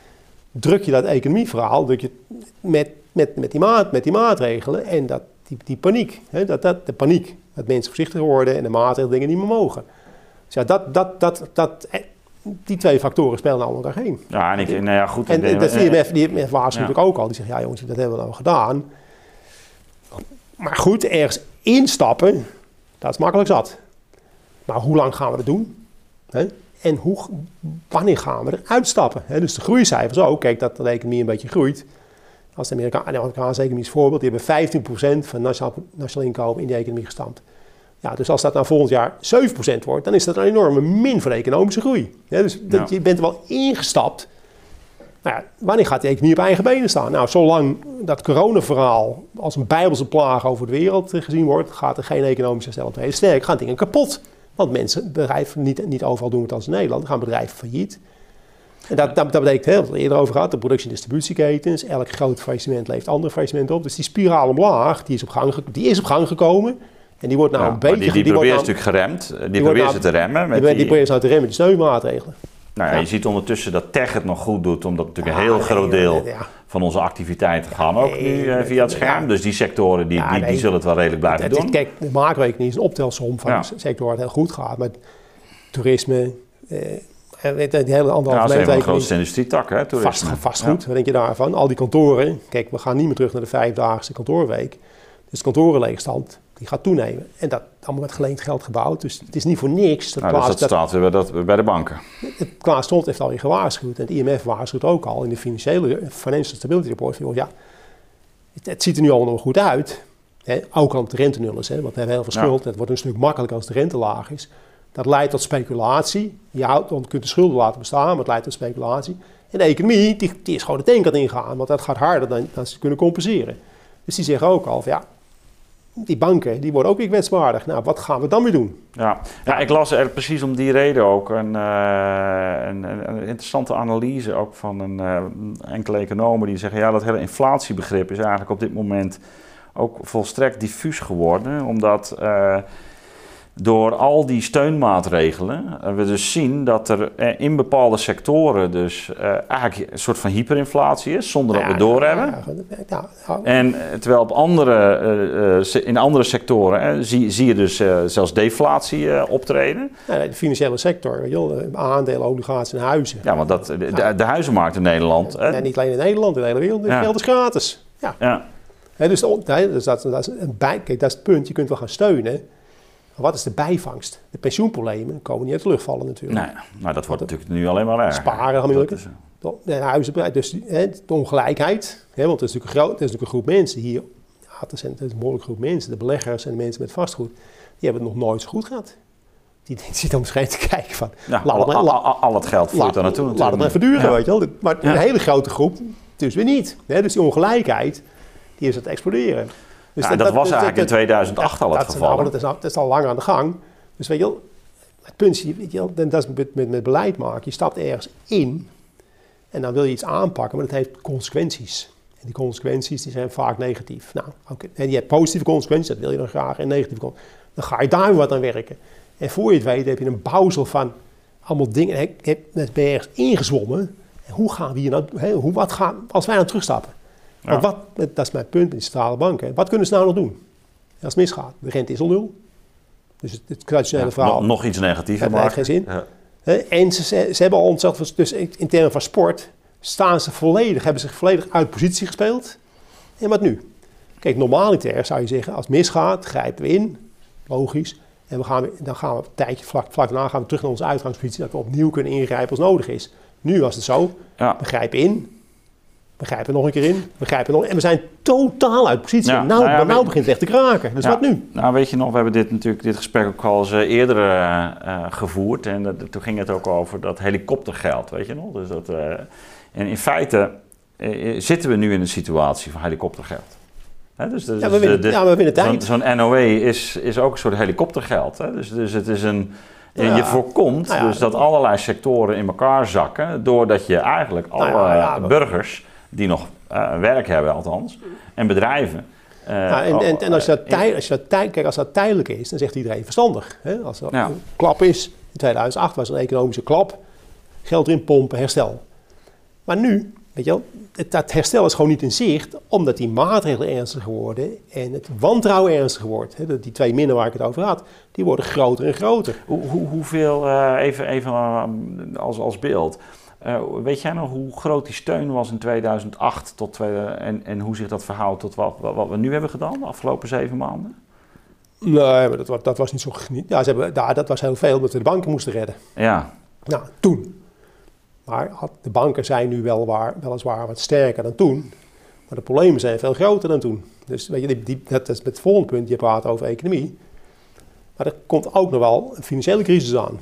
druk je dat economieverhaal druk je met, met, met, die, maat, met die maatregelen en dat, die, die paniek. Hè, dat, dat, de paniek, dat mensen voorzichtiger worden en de maatregelen dingen niet meer mogen. Dus ja, dat, dat, dat, dat, eh, die twee factoren spelen allemaal daarheen. Ja, en ik, nou ja, goed. En ik denk- dat I M F, die I M F waarschuwt Ja. natuurlijk ook al. Die zegt, ja jongens, dat hebben we nou gedaan. Maar goed, ergens instappen, dat is makkelijk zat. Maar hoe lang gaan we dat doen? Hè? En hoe, wanneer gaan we eruit stappen? Hè? Dus de groeicijfers ook. Kijk, dat de economie een beetje groeit. Als de Amerika- de Amerikaanse economie is voorbeeld. Die hebben vijftien procent van nationaal, nationaal inkomen in die economie gestampt. Ja, dus als dat nou volgend jaar zeven procent wordt, dan is dat een enorme min voor de economische groei. Ja, dus dat, Ja. je bent er wel ingestapt. Nou ja, wanneer gaat de economie op eigen benen staan? Nou, zolang dat coronaverhaal als een bijbelse plaag over de wereld gezien wordt, gaat er geen economisch herstel op. Heel sterk gaan dingen kapot. Want mensen, bedrijven, niet, niet overal doen het als in Nederland, dan gaan bedrijven failliet. En dat, dat, dat betekent, hè, wat we eerder over gehad, de productie- en distributieketens. Elk groot faillissement levert andere faillissementen op. Dus die spiraal omlaag, die is op gang, die is op gang gekomen. En die wordt nou Ja, een maar beetje... die, die, die wordt probeert nou, natuurlijk geremd. Die, wordt probeert nou- ze te remmen. Met die, die die, probeert ze nou te remmen met die steunmaatregelen. nou ja, Ja. je ziet ondertussen dat tech het nog goed doet, omdat natuurlijk een Ja, heel nee, groot deel ja. van onze activiteiten gaan ook nee, nu uh, via het scherm. ja. Dus die sectoren die, Ja, die, nee. die zullen het wel redelijk blijven Het is- doen. Kijk, de macro-economie is een optelsom van Ja. de sector waar het heel goed gaat. Maar toerisme, eh, en weet je, die hele Ja, anderhalve dat is een van de meter grootste industrietak, hè, toerisme. Vast, vastgoed, wat denk je daarvan? Al die kantoren, kijk, we gaan niet meer terug naar de vijfdaagse kantoorweek. Dus de kantorenleegstand, die gaat toenemen. En dat allemaal met geleend geld gebouwd. Dus het is niet voor niks. Dat Ja. Nou, dus Klaas, dat dat, staat weer bij, dat, bij de banken. het Klaas Stoltenberg heeft alweer gewaarschuwd. En het I M F waarschuwt ook al in de financiële Financial Stability Report. Van, ja, het, het ziet er nu allemaal nog goed uit. Hè? Ook al de rente nul is. Hè? Want we hebben heel veel Ja. schuld. Het wordt een stuk makkelijker als de rente laag is. Dat leidt tot speculatie. Je, houdt, want je kunt de schulden laten bestaan, maar het leidt tot speculatie. En de economie, die, die is gewoon de tank aan het ingaan. Want dat gaat harder dan, dan ze kunnen compenseren. Dus die zeggen ook al van, ja, die banken die worden ook weer kwetsbaardig. Nou, wat gaan we dan weer doen? Ja. ja, ik las er precies om die reden ook een, uh, een, een, een interessante analyse ook van een uh, enkele economen die zeggen, ja, dat hele inflatiebegrip is eigenlijk op dit moment ook volstrekt diffuus geworden, omdat uh, door al die steunmaatregelen uh, we dus zien dat er uh, in bepaalde sectoren dus uh, eigenlijk een soort van hyperinflatie is, zonder dat we doorhebben. Ja, ja, ja. En uh, terwijl op andere, uh, uh, in andere sectoren uh, zie, zie je dus uh, zelfs deflatie uh, optreden. Nee, de financiële sector, weet je wel, aandelen, obligaties en huizen. Ja, want dat, de, de, de huizenmarkt in Nederland. Nee, niet alleen in Nederland, in de hele wereld, het Ja. geld is gratis. Ja. Ja. He, dus, de, he, dus dat, dat, is een bij, kijk, dat is het punt, je kunt wel gaan steunen. Maar wat is de bijvangst? De pensioenproblemen komen niet uit de lucht vallen natuurlijk. Nee, nou dat wordt natuurlijk nu alleen maar erger. Sparen gaan moeilijker. Is, De, de huizen, dus he, de ongelijkheid, he, want het is natuurlijk een, groot, het is natuurlijk een groep mensen hier. Ja, het is een, het is een behoorlijke groep mensen, de beleggers en de mensen met vastgoed. die hebben het nog nooit zo goed gehad. Die zitten om schijn te kijken van... Ja, laat al, het, al, la, al, al het geld vloeit daar naartoe Laat het even duren, ja. weet je wel. Maar ja. een hele grote groep dus weer niet. Hè? Dus die ongelijkheid, die is aan het exploderen. Dus ja, dat, dat, dat was dat, eigenlijk dat, in tweeduizend acht dat, al het dat, geval. Dat is, al, dat is al lang aan de gang. Dus weet je wel, het punt is, weet je wel, dat is met, met, met beleid maken. Je stapt ergens in en dan wil je iets aanpakken, maar dat heeft consequenties. En die consequenties die zijn vaak negatief. Nou, okay. En je hebt positieve consequenties, dat wil je dan graag, en negatieve consequenties. Dan ga je daar weer wat aan werken. En voor je het weet heb je een bouwsel van allemaal dingen. Je ben je ergens ingezwommen. En hoe gaan we hier nou, hè, hoe, wat gaan, als wij nou terugstappen? Ja. Want wat, dat is mijn punt in de centrale banken. Wat kunnen ze nou nog doen? Als het misgaat, de rente is al nul. Dus het, het traditionele ja, verhaal. Nog, nog iets negatiever maken. Dat heeft geen zin. Ja. En ze, ze hebben al ontzettend, dus in termen van sport, staan ze volledig, hebben zich volledig uit positie gespeeld. En wat nu? Kijk, normaliter zou je zeggen, als het misgaat, grijpen we in. Logisch. En we gaan, dan gaan we een tijdje, vlak, vlak daarna gaan we terug naar onze uitgangspositie, dat we opnieuw kunnen ingrijpen als nodig is. Nu was het zo, ja. we grijpen in, we grijpen nog een keer in, we grijpen nog en we zijn totaal uit positie. Ja. Nou, nou, ja, maar nou begint het echt te kraken. Dus ja. wat nu? Nou, weet je nog, we hebben dit natuurlijk dit gesprek ook al eens uh, eerder uh, uh, gevoerd en uh, toen ging het ook over dat helikoptergeld, weet je nog? Dus dat, uh, en in feite uh, zitten we nu in een situatie van helikoptergeld. He, dus, dus ja, we winnen, de, de, ja, we winnen tijd. Zo'n zo N O E is, is ook een soort helikoptergeld. Hè? Dus, dus het is een... Ja. Je voorkomt nou ja, dus dat allerlei sectoren in elkaar zakken, doordat je eigenlijk alle nou ja, ja, burgers die nog uh, werk hebben althans, en bedrijven. Uh, nou, en, en, en als je dat, tij, als je dat, tij, kijk, als dat tijdelijk is, dan zegt iedereen verstandig. Hè? Als er ja. een klap is, in tweeduizend acht was er een economische klap, geld erin pompen, herstel. Maar nu, weet je wel, het, dat herstel is gewoon niet in zicht, omdat die maatregelen ernstiger worden en het wantrouwen ernstiger wordt. Hè? Die twee minnen waar ik het over had, die worden groter en groter. Hoe, hoe, hoeveel, uh, even, even uh, als, als beeld, uh, weet jij nog hoe groot die steun was in tweeduizend acht tot twee, en, en hoe zich dat verhoudt tot wat, wat we nu hebben gedaan de afgelopen zeven maanden? Nee, maar dat, dat was niet zo geniet. Ja, ze hebben, ja, dat was heel veel omdat we de banken moesten redden. Ja. Nou, toen. Maar de banken zijn nu wel waar, weliswaar wat sterker dan toen. Maar de problemen zijn veel groter dan toen. Dus weet je, die, die, dat is met het volgende punt, je praat over economie. Maar er komt ook nog wel een financiële crisis aan.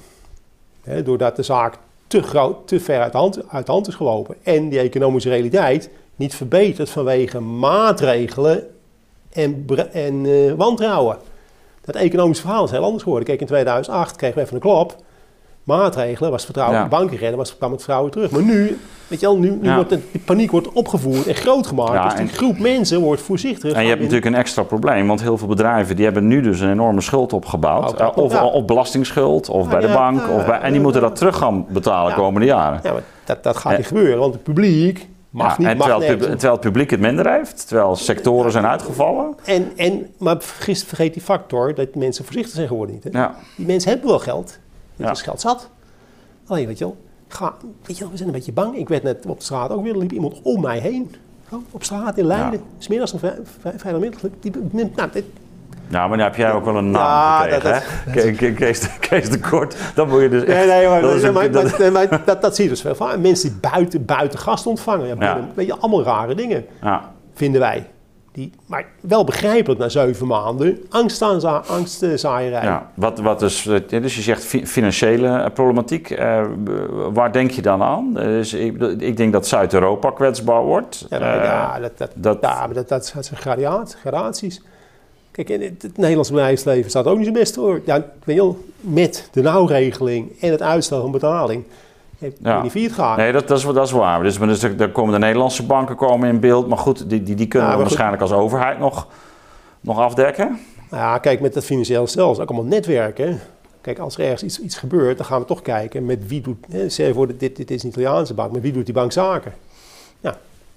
He, doordat de zaak te, groot, te ver uit de, hand, uit de hand is gelopen. En die economische realiteit niet verbetert vanwege maatregelen en, en uh, wantrouwen. Dat economische verhaal is heel anders geworden. Kijk, in tweeduizend acht kregen we even een klap. Maatregelen, was vertrouwen ja. in de banken redden, was, kwam het vertrouwen terug. Maar nu, weet je wel, nu, nu ja. wordt de, die paniek wordt opgevoerd en groot gemaakt. Ja, dus die groep mensen wordt voorzichtig. En je hebt in... natuurlijk een extra probleem, want heel veel bedrijven die hebben nu dus een enorme schuld opgebouwd. Okay, uh, of, ja. of belastingsschuld, of ja, bij de ja, bank. Ja, of bij, en die moeten dat terug gaan betalen de ja. komende jaren. Ja, maar dat, dat gaat niet en, gebeuren, want het publiek mag ja, niet... Mag terwijl, het, terwijl het publiek het minder heeft, terwijl sectoren ja. zijn uitgevallen. En, en, maar vergis, vergeet die factor dat mensen voorzichtig zijn geworden niet. Hè? Ja. Die mensen hebben wel geld, het ja. is geld zat. Alleen, weet je wel, ga, weet je wel, we zijn een beetje bang. Ik werd net op de straat ook weer, er liep iemand om mij heen. Gewoon op straat in Leiden. Ja. Smiddags of vrijdagmiddag. Nou, dit... Ja, maar dan heb jij ook wel een naam ja, gekregen, dat, dat, hè? Dat, Ke Kees, de, Kees de Kort, dan moet je dus echt... Nee, nee, maar, dat, een, maar, dat, maar, maar dat, dat zie je dus veel van. Mensen die buiten, buiten gast ontvangen. Ja, ja. Weet je, allemaal rare dingen, ja. vinden wij. Die, maar wel begrijpelijk na zeven maanden angstzaaierij. Ja, wat, wat dus, dus je zegt financiële problematiek. Uh, waar denk je dan aan? Dus ik, ik denk dat Zuid-Europa kwetsbaar wordt. Ja, maar, uh, ja, dat, dat, dat, ja, maar dat, dat zijn gradaties. gradaties. Kijk, in het, het Nederlandse bedrijfsleven staat ook niet zo best voor. Ja, weet je wel, met de nauwregeling en het uitstel van betaling. Ik ja. weet niet wie het gaat. Nee, dat, dat, is, dat is waar. Dus, dus er komen de Nederlandse banken komen in beeld. Maar goed, die, die, die kunnen ja, we waarschijnlijk als overheid nog, nog afdekken. Ja, kijk, met dat financieel stelsel is ook allemaal netwerken. Kijk, als er ergens iets, iets gebeurt, dan gaan we toch kijken met wie doet... Zeg voor, dit, dit is een Italiaanse bank, met wie doet die bank zaken? Ja,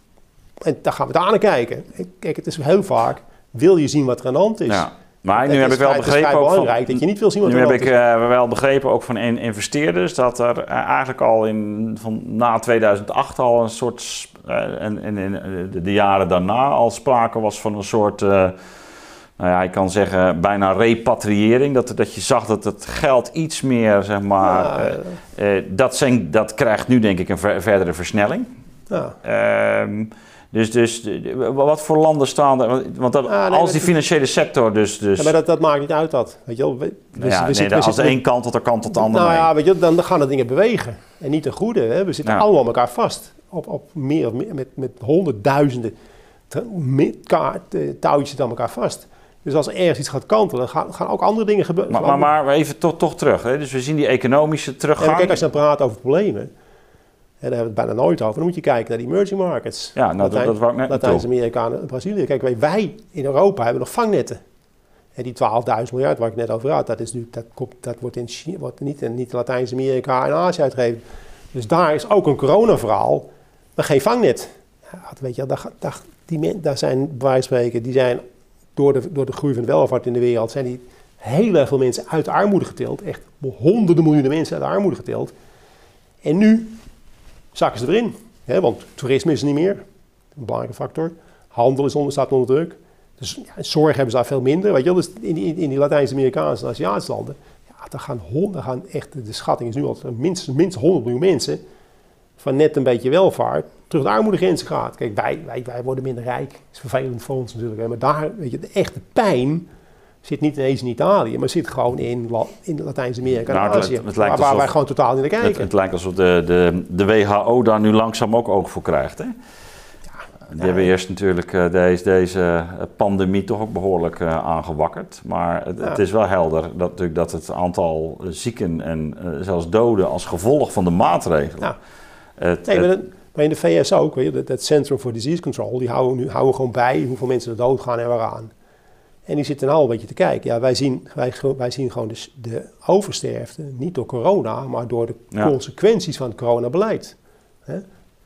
en dan gaan we daar naar kijken. Kijk, het is heel vaak, wil je zien wat er aan de hand is... Ja. Maar nu heb ik wel begrepen ook van, dat je niet wil zien wat nu heb ik uh, wel begrepen ook van in, investeerders dat er uh, eigenlijk al in van na tweeduizend acht al een soort uh, en, en in de, de jaren daarna al sprake was van een soort uh, nou ja, ik kan zeggen bijna repatriëring, dat, dat je zag dat het geld iets meer zeg maar ja. uh, uh, dat, zijn, dat krijgt nu denk ik een ver, verdere versnelling. Ja. Um, dus, dus wat voor landen staan er? Want dat, ah, nee, als die financiële sector dus... dus ja, maar dat, dat maakt niet uit dat. Weet je wel, we, we, ja, we nee, zitten, als we de een kant tot de kant tot de ander Nou mee. ja, weet je, dan, dan gaan de dingen bewegen. En niet ten goede. Hè. We zitten ja. allemaal elkaar vast. Op, op meer, met, met honderdduizenden touwtjes zitten aan elkaar vast. Dus als er ergens iets gaat kantelen, gaan, gaan ook andere dingen gebeuren. Maar, maar, maar even toch, toch terug. Hè? Dus we zien die economische teruggang. Ja, kijk, als je dan praat over problemen, en daar hebben we het bijna nooit over, dan moet je kijken naar die emerging markets. Ja, nou, Latijn, dat, dat wou ik net Latijns-Amerika en Brazilië. Kijk, wij, wij in Europa hebben nog vangnetten. En die twaalfduizend miljard waar ik net over had, dat, is nu, dat, komt, dat wordt, in China, wordt niet in niet Latijns-Amerika en Azië uitgegeven. Dus daar is ook een coronaverhaal, maar geen vangnet. Ja, weet je, daar, daar, die, daar zijn, bij wijze van spreken, die zijn door de, door de groei van de welvaart in de wereld, zijn die heel erg veel mensen uit de armoede getild. Echt honderden miljoenen mensen uit de armoede getild. En nu zakken ze erin. Hè, want toerisme is er niet meer. Een belangrijke factor. Handel is onder, staat onder druk. Dus ja, zorg hebben ze daar veel minder. Weet je wel? Dus in die, in die Latijns-Amerikaanse en Aziatische landen, ja, daar gaan, daar gaan echt, de schatting is nu al minstens, minstens honderd miljoen mensen van net een beetje welvaart terug de armoedegrens gaat. Kijk, wij, wij, wij worden minder rijk. Dat is vervelend voor ons natuurlijk. Hè? Maar daar, weet je, de echte pijn zit niet ineens in Italië, maar zit gewoon in, in Latijns-Amerika en nou, Azië. Het, het lijkt waar, waar wij alsof, gewoon totaal niet naar kijken. Het, het lijkt alsof de, de, de W H O daar nu langzaam ook oog voor krijgt. Hè? Ja, Die ja, hebben eerst natuurlijk uh, deze, deze pandemie toch ook behoorlijk uh, aangewakkerd. Maar het, ja. het is wel helder dat, natuurlijk, dat het aantal zieken en uh, zelfs doden als gevolg van de maatregelen... Ja. Het, nee, het, maar, dat, maar in de V S ook, weet je, dat, dat Centrum for Disease Control, die houden, nu, houden gewoon bij hoeveel mensen er doodgaan en waaraan. En die zitten nou een beetje te kijken. Ja, wij zien, wij, wij zien gewoon de, de oversterfte, niet door corona, maar door de ja. consequenties van het coronabeleid. Hè?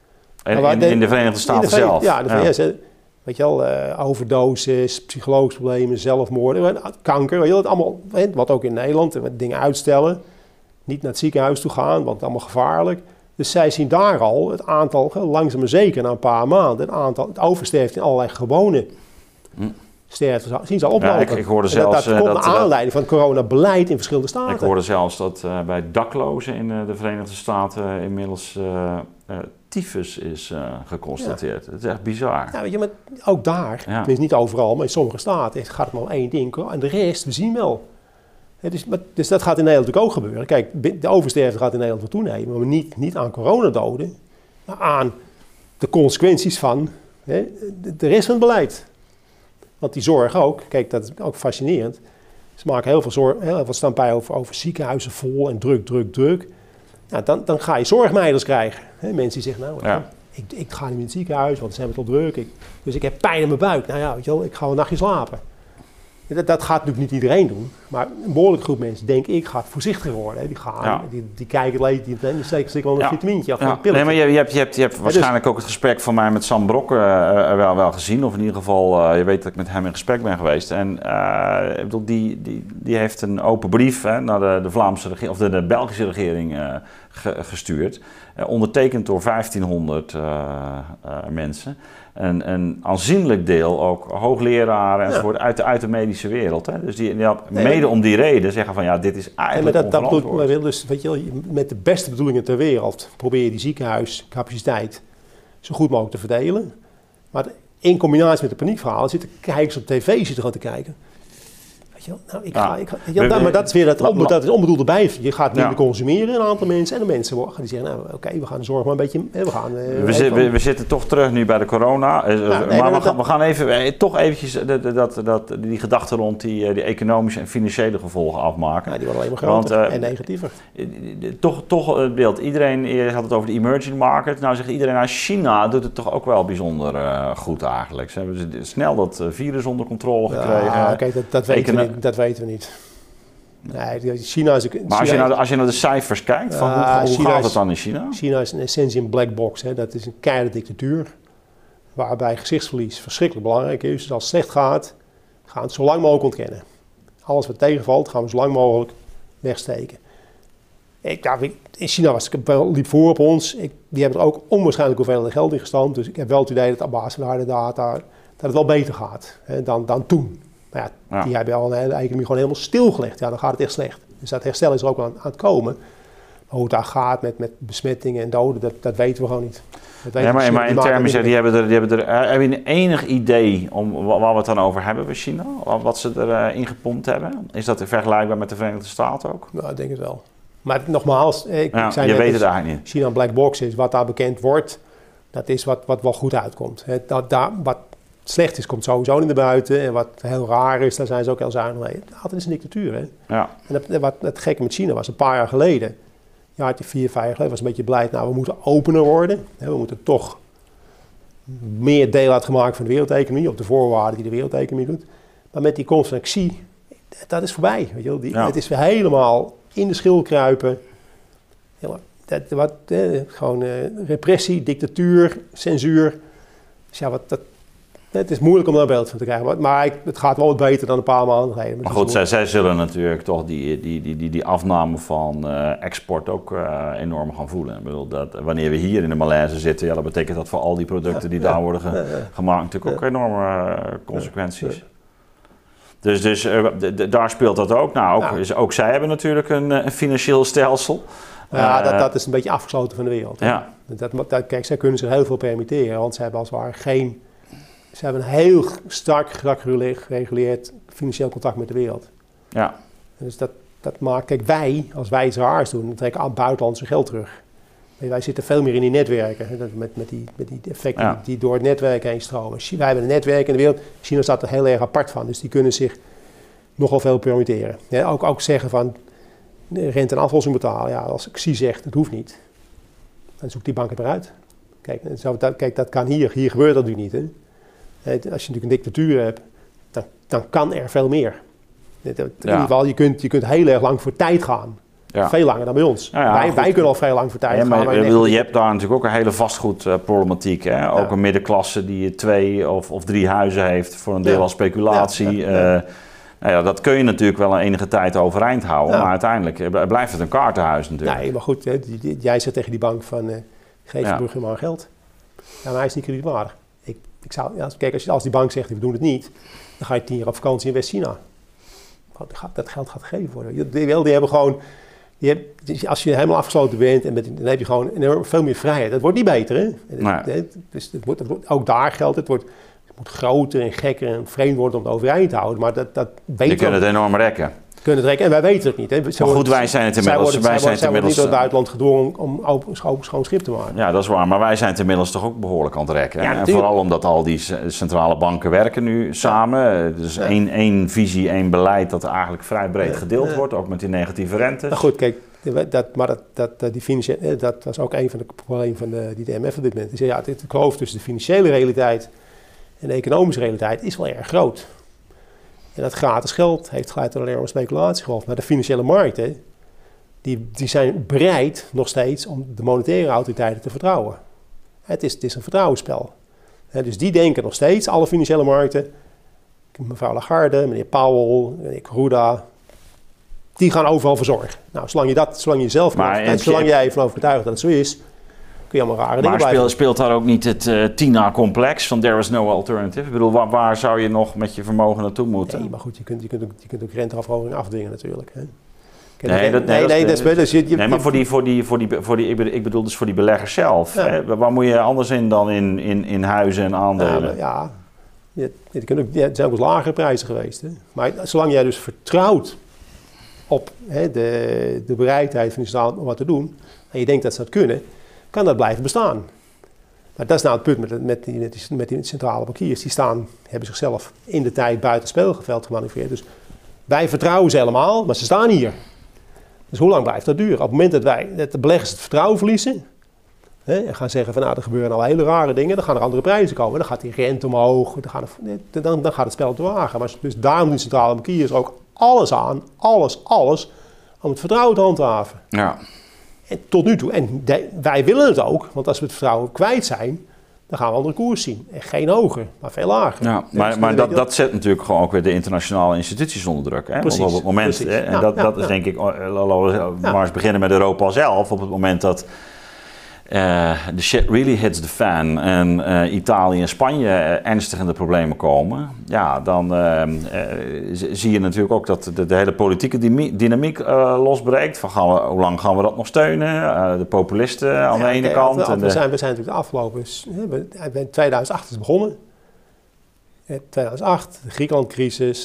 En in, in de Verenigde Staten in de, zelf? Ja, de V S. Ja. Weet je wel, uh, overdoses, psychologische problemen, zelfmoorden, kanker, weet je wel, dat allemaal, wat ook in Nederland, dingen uitstellen, niet naar het ziekenhuis toe gaan, want het allemaal gevaarlijk. Dus zij zien daar al het aantal, langzaam maar zeker na een paar maanden, het aantal, het oversterft in allerlei gewone hm. sterftes, zien ze al oplopen. Ja, ik, ik hoorde zelfs, dat, dat komt dat, naar aanleiding van het coronabeleid in verschillende staten. Ik hoorde zelfs dat uh, bij daklozen in uh, de Verenigde Staten uh, inmiddels uh, uh, tyfus is uh, geconstateerd. Ja. Dat is echt bizar. Ja, weet je, maar ook daar, ja. tenminste niet overal, maar in sommige staten gaat het maar om één ding. En de rest, we zien wel. Ja, dus, maar, dus dat gaat in Nederland natuurlijk ook gebeuren. Kijk, de oversterfte gaat in Nederland wel toenemen, maar niet, niet aan coronadoden, maar aan de consequenties van hè, de, de rest van het beleid. Want die zorg ook, kijk, dat is ook fascinerend. Ze maken heel veel, zorg, heel veel stampij over, over ziekenhuizen vol en druk, druk, druk. Nou, dan, dan ga je zorgmeiders krijgen. Hè, mensen die zeggen, nou, ja. ik, ik ga niet in het ziekenhuis, want ze hebben het al druk. Ik, dus ik heb pijn in mijn buik. Nou ja, weet je wel, ik ga een nachtje slapen. Dat, dat gaat natuurlijk niet iedereen doen, maar een behoorlijke groep mensen, denk ik, gaat voorzichtiger worden. Hè. Die gaan, ja. die, die kijken, die, die, die steken wel een ja. vitamintje of ja. een pilletje. Nee, maar je, je hebt, je hebt, je hebt ja, waarschijnlijk dus, ook het gesprek van mij met Sam Brok uh, wel, wel gezien. Of in ieder geval, uh, je weet dat ik met hem in gesprek ben geweest. En uh, ik bedoel, die, die, die heeft een open brief hè, naar de, de Vlaamse regering, of de, de Belgische regering uh, ge, gestuurd. Uh, ondertekend door vijftienhonderd uh, uh, mensen. Een, een aanzienlijk deel, ook hoogleraren enzovoort, ja. uit, de, uit de medische wereld. Hè? Dus die, die had nee, mede om die reden zeggen van ja, dit is eigenlijk nee, maar dat, dat bedoel, wil dus, weet je wel, met de beste bedoelingen ter wereld probeer je die ziekenhuiscapaciteit zo goed mogelijk te verdelen. Maar in combinatie met de paniekverhalen zitten kijkers op tv zitten gewoon te kijken. Weet je wel, nou, ik ga, ja. ik ga, ja, we, maar dat is weer dat, onbe, dat is onbedoelde bijvangst. Je gaat minder ja. consumeren, een aantal mensen. En de mensen die zeggen, nou oké, okay, we gaan de zorg maar een beetje... We, gaan, uh, we, zit, we, we zitten toch terug nu bij de corona. Uh, ja, nee, maar we, dat, we gaan even uh, toch eventjes uh, dat, dat, die gedachten rond die, uh, die economische en financiële gevolgen afmaken. Ja, die worden alleen maar groter Want, uh, en negatiever. Uh, toch, toch het beeld. Iedereen je had het over de emerging market. Nou zegt iedereen, nou, China doet het toch ook wel bijzonder uh, goed eigenlijk. Ze hebben snel dat uh, virus onder controle gekregen. Ja, okay, dat, dat weten we niet. Dat weten we niet. Nee, China is... China maar als je, naar de, als je naar de cijfers kijkt, van uh, hoe, hoe gaat het dan in China? China is in essentie een black box. Hè. Dat is een keiharde dictatuur. Waarbij gezichtsverlies verschrikkelijk belangrijk is. Dus als het slecht gaat, gaan we het zo lang mogelijk ontkennen. Alles wat tegenvalt, gaan we zo lang mogelijk wegsteken. Ik, ja, in China was het liep voor op ons. Ik, die hebben er ook onwaarschijnlijk hoeveel geld in gestampt. Dus ik heb wel het idee dat op basis van harde data dat het wel beter gaat hè, dan, dan toen. Maar ja, ja. die hebben al de economie gewoon helemaal stilgelegd. Ja, dan gaat het echt slecht. Dus dat herstel is er ook aan, aan het komen. Hoe het daar gaat met, met besmettingen en doden, dat, dat weten we gewoon niet. Dat Ja, maar, maar in termen zeggen, die hebben er, die hebben er, heb je een enig idee om waar we het dan over hebben bij China? Wat ze erin uh, gepompt hebben? Is dat vergelijkbaar met de Verenigde Staten ook? Nou, ik denk het wel. Maar nogmaals, ik, ja, ik zei je net, weet het eigenlijk niet. China een black box is, wat daar bekend wordt, dat is wat, wat wel goed uitkomt. He, dat, daar, wat slecht is, komt sowieso naar buiten. En wat heel raar is, daar zijn ze ook heel zuinig mee. Altijd is een dictatuur, hè? Ja. En dat, wat het gekke met China was, een paar jaar geleden, ja, vier, vijf jaar geleden, was een beetje beleid, nou, we moeten opener worden. He, we moeten toch meer deel uitgemaakt van de wereldeconomie, op de voorwaarden die de wereldeconomie doet. Maar met die komst van Xi, dat is voorbij. Weet je wel? Die, ja. Het is weer helemaal in de schil kruipen. Ja, dat, wat, eh, gewoon eh, repressie, dictatuur, censuur. Dus ja, wat, dat, het is moeilijk om daar een beeld van te krijgen. Maar, maar het gaat wel wat beter dan een paar maanden geleden. Maar goed, zij, zij zullen natuurlijk toch die, die, die, die, die afname van uh, export ook uh, enorm gaan voelen. Ik bedoel, dat, wanneer we hier in de malaise zitten, ja, dat betekent dat voor al die producten die ja, daar worden ge, ja, ja. gemaakt natuurlijk ook enorme uh, consequenties. Ja, ja. Dus, dus uh, d- d- daar speelt dat ook. Nou, ook, ja. is, ook zij hebben natuurlijk een, een financieel stelsel. Ja, uh, dat, dat is een beetje afgesloten van de wereld. Ja. Dat, dat, kijk, zij kunnen zich heel veel permitteren, want ze hebben als het ware geen... Ze hebben een heel sterk gereguleerd financieel contact met de wereld. Ja. Dus dat, dat maakt... Kijk, wij, als wij iets raars doen, dan trekken al buitenlandse geld terug. Wij zitten veel meer in die netwerken, met, met, die, met die effecten ja. die, die door het netwerk heen stromen. Wij hebben een netwerk in de wereld, China staat er heel erg apart van, dus die kunnen zich nogal veel permitteren. Ja, ook, ook zeggen van, rente en aflossing betalen, ja, als Xi zegt, het hoeft niet, dan zoekt die bank het eruit. Kijk, zo, dat, kijk, dat kan hier, hier gebeurt dat nu niet. Hè. Als je natuurlijk een dictatuur hebt, dan, dan kan er veel meer. In ja. ieder geval, je kunt, je kunt heel erg lang voor tijd gaan. Ja. Veel langer dan bij ons. Ja, ja, wij, wij kunnen al veel lang voor tijd ja, maar, gaan. Je, bedoel, je hebt daar natuurlijk ook een hele vastgoedproblematiek. Hè? Ja. Ook een middenklasse die twee of, of drie huizen heeft voor een deel ja. als speculatie. Ja. Ja. Uh, nou ja, dat kun je natuurlijk wel een enige tijd overeind houden. Ja. Maar uiteindelijk blijft het een kaartenhuis natuurlijk. Nee, maar goed, hè, die, die, jij zegt tegen die bank van uh, geef ja. de burger maar geld. Ja, maar hij is niet kredietwaardig. Ik, ik zou, ja, kijk, als, je, als die bank zegt we doen het niet, dan ga je tien jaar op vakantie in West-China. Dat geld gaat gegeven worden. Die, die, die hebben gewoon... Je hebt, als je helemaal afgesloten bent, en met, dan heb je gewoon enorm veel meer vrijheid. Dat wordt niet beter, hè? Nee. Dus het wordt, het wordt, ook daar geldt, het, wordt, het moet groter en gekker en vreemd worden om het overeind te houden. Maar dat, dat weten we. Je kunt het enorm rekken. Kunnen het rekken en wij weten het niet. Hè? Maar goed, wij zijn het inmiddels. Zij worden, wij zij zijn worden inmiddels niet door het buitenland gedwongen om open, schoon, schoon schip te maken. Ja, dat is waar. Maar wij zijn het inmiddels toch ook behoorlijk aan het rekken. Ja, en vooral omdat al die centrale banken werken nu samen. Dus ja. één, één visie, één beleid dat eigenlijk vrij breed gedeeld ja. wordt. Ook met die negatieve rentes. Nou goed, kijk. Dat, maar dat, dat, die financiële, dat was ook een van de problemen van de, die de M F op dit moment. Die zei, ja, het kloof tussen de financiële realiteit en de economische realiteit is wel erg groot. En dat gratis geld heeft geleid tot alleen maar speculatiegolf. Maar de financiële markten, die, die zijn bereid nog steeds om de monetaire autoriteiten te vertrouwen. Het is, het is een vertrouwensspel. En dus die denken nog steeds, alle financiële markten, mevrouw Lagarde, meneer Powell, meneer Kruda, die gaan overal voor zorgen. Nou, zolang je dat, zolang je zelf, maar, en zolang jij ervan overtuigt dat het zo is, kun je allemaal rare dingen blijven. Maar speelt daar ook niet het uh, Tina-complex van there is no alternative? Ik bedoel, waar, waar zou je nog met je vermogen naartoe moeten? Nee, maar goed, je kunt, je kunt, ook, je kunt ook renteafhoging afdwingen natuurlijk. Hè. Nee, dat, nee, nee, nee, dat is, dus je, je, nee, maar voor die, voor die, voor die, voor die, ik bedoel dus voor die beleggers zelf. Ja. Hè? Waar moet je anders in dan in, in, in huizen en aandelen? Ja, ja, je, je ook, ja, het zijn ook lagere prijzen geweest. Hè. Maar zolang jij dus vertrouwt op hè, de, de bereidheid van die staat om wat te doen, en je denkt dat ze dat kunnen, kan dat blijven bestaan. Maar dat is nou het punt met, met, die, met, die, met die centrale bankiers. Die staan, hebben zichzelf in de tijd buiten het speelveld gemanoeuvreerd. Dus wij vertrouwen ze helemaal, maar ze staan hier. Dus hoe lang blijft dat duren? Op het moment dat wij, dat de beleggers het vertrouwen verliezen, hè, en gaan zeggen van nou, er gebeuren al hele rare dingen, dan gaan er andere prijzen komen, dan gaat die rente omhoog, dan, gaan er, dan, dan gaat het spel te wagen. Maar dus daarom doen centrale bankiers ook alles aan, alles, alles, om het vertrouwen te handhaven. Ja. En tot nu toe, en de, wij willen het ook, want als we het vertrouwen kwijt zijn, dan gaan we andere koers zien. En geen hoger, maar veel lager. Ja, maar dus maar dat, dat zet natuurlijk gewoon ook weer de internationale instituties onder druk. Hè? Precies, want op het moment, hè, en ja, dat, ja, dat is ja. denk ik, laten we maar eens beginnen met Europa zelf, op het moment dat de uh, shit really hits the fan en uh, Italië en Spanje uh, ernstig in de problemen komen, ja, dan uh, uh, zie je natuurlijk ook dat de, de hele politieke dynamiek uh, losbreekt. Van gaan we, hoe lang gaan we dat nog steunen? Uh, de populisten aan ja, de ene kant. We, en we, de... zijn, we zijn natuurlijk de afgelopen, in tweeduizend acht is begonnen. tweeduizend acht, de Griekenland-crisis.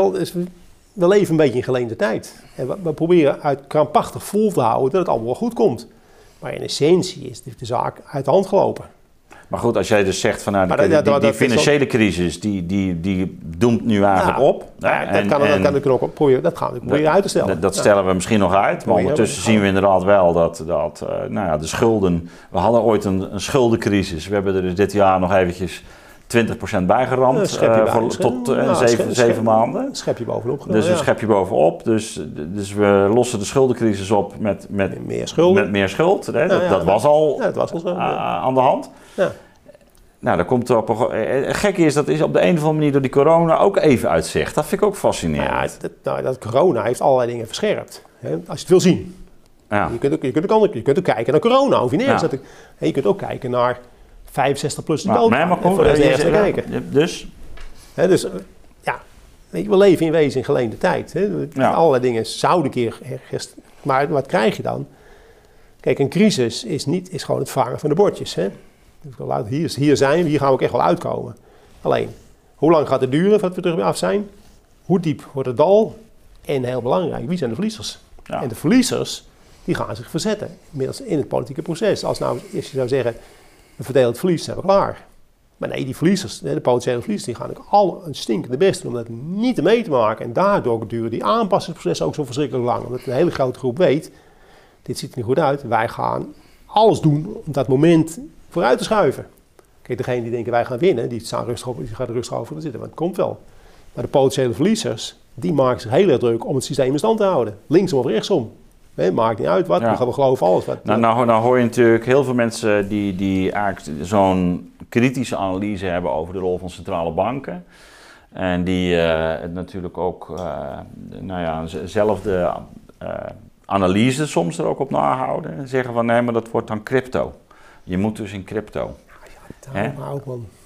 We leven een beetje in geleende tijd. En we, we proberen uit krampachtig vol te houden dat het allemaal wel goed komt. Maar in essentie is de zaak uit de hand gelopen. Maar goed, als jij dus zegt van nou, die, die, die, die financiële crisis, die, die, die doemt nu eigenlijk ja, op. Ja, dat, en, kan, en, dat, kan ook proberen, dat gaan we proberen uit te stellen. Dat, dat stellen ja. we misschien nog uit, maar ondertussen zien we inderdaad wel dat, dat uh, nou ja, de schulden... We hadden ooit een, een schuldencrisis. We hebben er dus dit jaar nog eventjes twintig procent bijgeramd uh, bij, voor, tot uh, nou, zeven, schep, zeven maanden. Een schepje bovenop genomen. Dus een ja. schepje bovenop. Dus, dus we lossen de schuldencrisis op met, met, meer, schulden. met meer schuld. Hè? Ja, dat, ja, dat, was al, ja, dat was al zo, uh, ja. aan de hand. Ja. Nou, dan komt er op een, het gekke is, dat is op de een of andere manier door die corona ook even uitzicht. Dat vind ik ook fascinerend. Nou ja, dat, nou, dat corona heeft allerlei dingen verscherpt. Hè? Als je het wil zien. Ja. Je, kunt ook, je, kunt ook, je kunt ook kijken naar corona. Hoef je, niet ja. te, je kunt ook kijken naar vijfenzestig plus die dood. Maar, maar kom, voor de kijken. Dus? He, dus ja, weet je, we leven in wezen in geleende tijd. Hè. Ja. Allerlei dingen zouden een keer... Maar wat krijg je dan? Kijk, een crisis is, niet, is gewoon het vangen van de bordjes. Hè. Hier, hier zijn we, hier gaan we ook echt wel uitkomen. Alleen, hoe lang gaat het duren voordat we er af zijn? Hoe diep wordt het dal? En heel belangrijk, wie zijn de verliezers? Ja. En de verliezers, die gaan zich verzetten. Inmiddels in het politieke proces. Als, nou, als je zou zeggen, we verdelen het verlies, zijn we klaar. Maar nee, die verliezers, de potentiële verliezers, die gaan ook al een stinkende best doen om dat niet mee te maken. En daardoor duren die aanpassingsprocessen ook zo verschrikkelijk lang. Omdat een hele grote groep weet, dit ziet er niet goed uit. Wij gaan alles doen om dat moment vooruit te schuiven. Kijk, degene die denken wij gaan winnen, die, staan rustig op, die gaan er rustig over zitten, want het komt wel. Maar de potentiële verliezers, die maken zich heel erg druk om het systeem in stand te houden. Linksom of rechtsom. Nee, maakt niet uit wat, ja. we gaan we geloven alles. Wat, nou, nou, nou hoor je natuurlijk heel veel mensen die, die eigenlijk zo'n kritische analyse hebben over de rol van centrale banken. En die uh, het natuurlijk ook, uh, nou ja, zelfde uh, analyse soms er ook op nahouden. En zeggen van nee, maar dat wordt dan crypto. Je moet dus in crypto. Ja, ja maar ook man,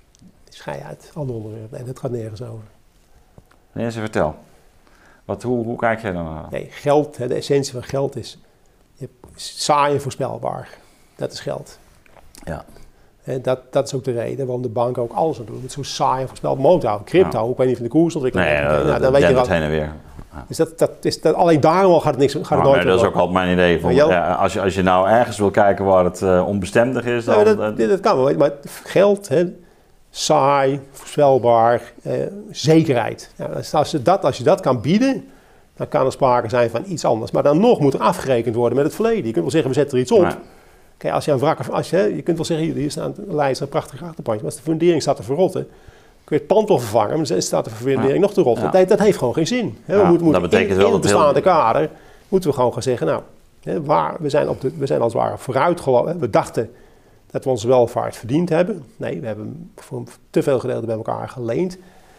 schei uit, ander onderwerp. Nee, dat gaat nergens over. Nee, ze vertel. Wat, hoe, hoe kijk jij dan naar? Nee, geld, de essentie van geld is je hebt saai en voorspelbaar. Dat is geld. Ja. En dat, dat is ook de reden waarom de banken ook alles aan doen. Het is zo saai en voorspelbaar mogelijk houden. Crypto, ja. ik weet niet van de koersontwikkeling. Nee, nou, dat, dan weet je wat. Heen en weer. Ja. Dus dat, dat is, dat, alleen daarom al gaat het niks gaat het maar, nooit maar dat is ook altijd mijn idee. Van, ja, als, je, als je nou ergens wil kijken waar het uh, onbestendig is, dan... Nou, dat, dat kan wel, maar geld... Hè, saai, voorspelbaar, eh, zekerheid. Ja, als, je dat, als je dat kan bieden, dan kan er sprake zijn van iets anders. Maar dan nog moet er afgerekend worden met het verleden. Je kunt wel zeggen, we zetten er iets op. Nee. Kijk, als je een wrak, als je, je kunt wel zeggen, hier, hier staat een lijst, een prachtig achterpandje. Maar als de fundering staat te verrotten, kun je het pand wel vervangen, maar dan staat de fundering ja. nog te rotten. Ja. Dat, dat heeft gewoon geen zin. He, we ja, moeten, moeten dat betekent in, wel in het bestaande heel... kader, moeten we gewoon gaan zeggen, nou, he, waar, we, zijn op de, we zijn als het ware vooruitgelopen. We dachten dat we onze welvaart verdiend hebben. Nee, we hebben voor te veel gedeelte bij elkaar geleend.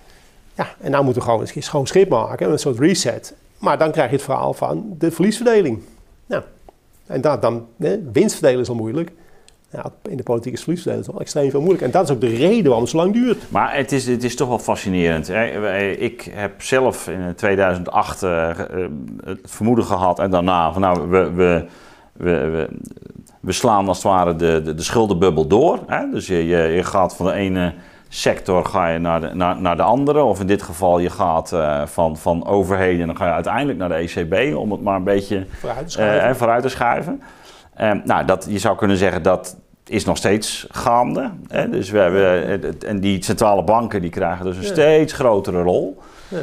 Ja, en nou moeten we gewoon een schoon schip maken, een soort reset. Maar dan krijg je het verhaal van de verliesverdeling. Nou, en dat dan, hè, winstverdeling is al moeilijk. Ja, in de politieke verliesverdeling is al extreem veel moeilijk. En dat is ook de reden waarom het zo lang duurt. Maar het is, het is toch wel fascinerend. Hè? Ik heb zelf in tweeduizend acht uh, het vermoeden gehad en daarna van nou, we... we, we, we We slaan als het ware de, de, de schuldenbubbel door. Hè? Dus je, je, je gaat van de ene sector ga je naar, de, naar, naar de andere. Of in dit geval je gaat uh, van, van overheden en dan ga je uiteindelijk naar de E C B. Om het maar een beetje vooruit te schuiven. Uh, vooruit te schuiven. Uh, nou, dat, je zou kunnen zeggen dat is nog steeds gaande. Hè? Dus we hebben, en die centrale banken die krijgen dus een ja. steeds grotere rol.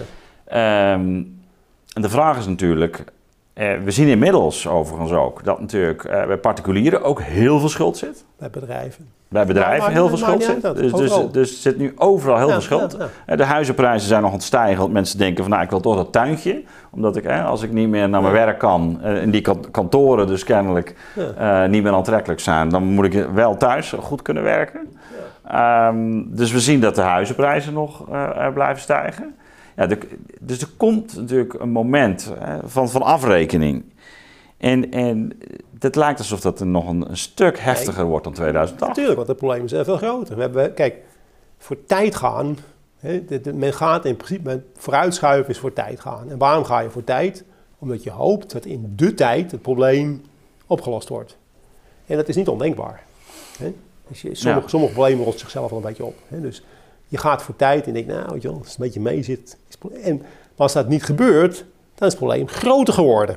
Ja. Um, en de vraag is natuurlijk... Uh, we zien inmiddels overigens ook dat natuurlijk uh, bij particulieren ook heel veel schuld zit. Bij bedrijven. Bij bedrijven ja, heel veel schuld zit. Dus, dus, dus er zit nu overal heel ja, veel schuld. Ja, ja. De huizenprijzen zijn nog aan het stijgen. Want mensen denken van nou ik wil toch dat tuintje. Omdat ik, eh, als ik niet meer naar mijn ja. werk kan. Uh, en die kantoren dus kennelijk ja. uh, niet meer aantrekkelijk zijn. Dan moet ik wel thuis goed kunnen werken. Ja. Um, dus we zien dat de huizenprijzen nog uh, blijven stijgen. Ja, de, dus er komt natuurlijk een moment hè, van, van afrekening. En, en het lijkt alsof dat er nog een, een stuk heftiger nee, wordt dan tweeduizend acht. Natuurlijk, want de problemen zijn veel groter. We hebben, kijk, voor tijd gaan, hè, de, de, men gaat in principe, men vooruitschuiven is voor tijd gaan. En waarom ga je voor tijd? Omdat je hoopt dat in de tijd het probleem opgelost wordt. En dat is niet ondenkbaar. Hè? Dus je, sommige, ja. sommige problemen lossen zichzelf al een beetje op. Hè? Dus je gaat voor tijd en denkt, nou, weet je wel, als het een beetje mee zit. En, maar als dat niet gebeurt, dan is het probleem groter geworden.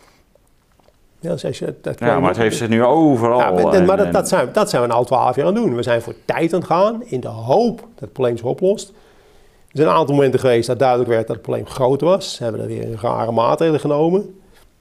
Ja, dus als je, dat ja maar het heeft zich nu overal... Ja, maar en, maar dat, dat, zijn, dat zijn we al twaalf jaar aan het doen. We zijn voor tijd aan het gaan, in de hoop dat het probleem zich oplost. Er zijn een aantal momenten geweest dat duidelijk werd dat het probleem groter was. Ze hebben er weer rare maatregelen genomen.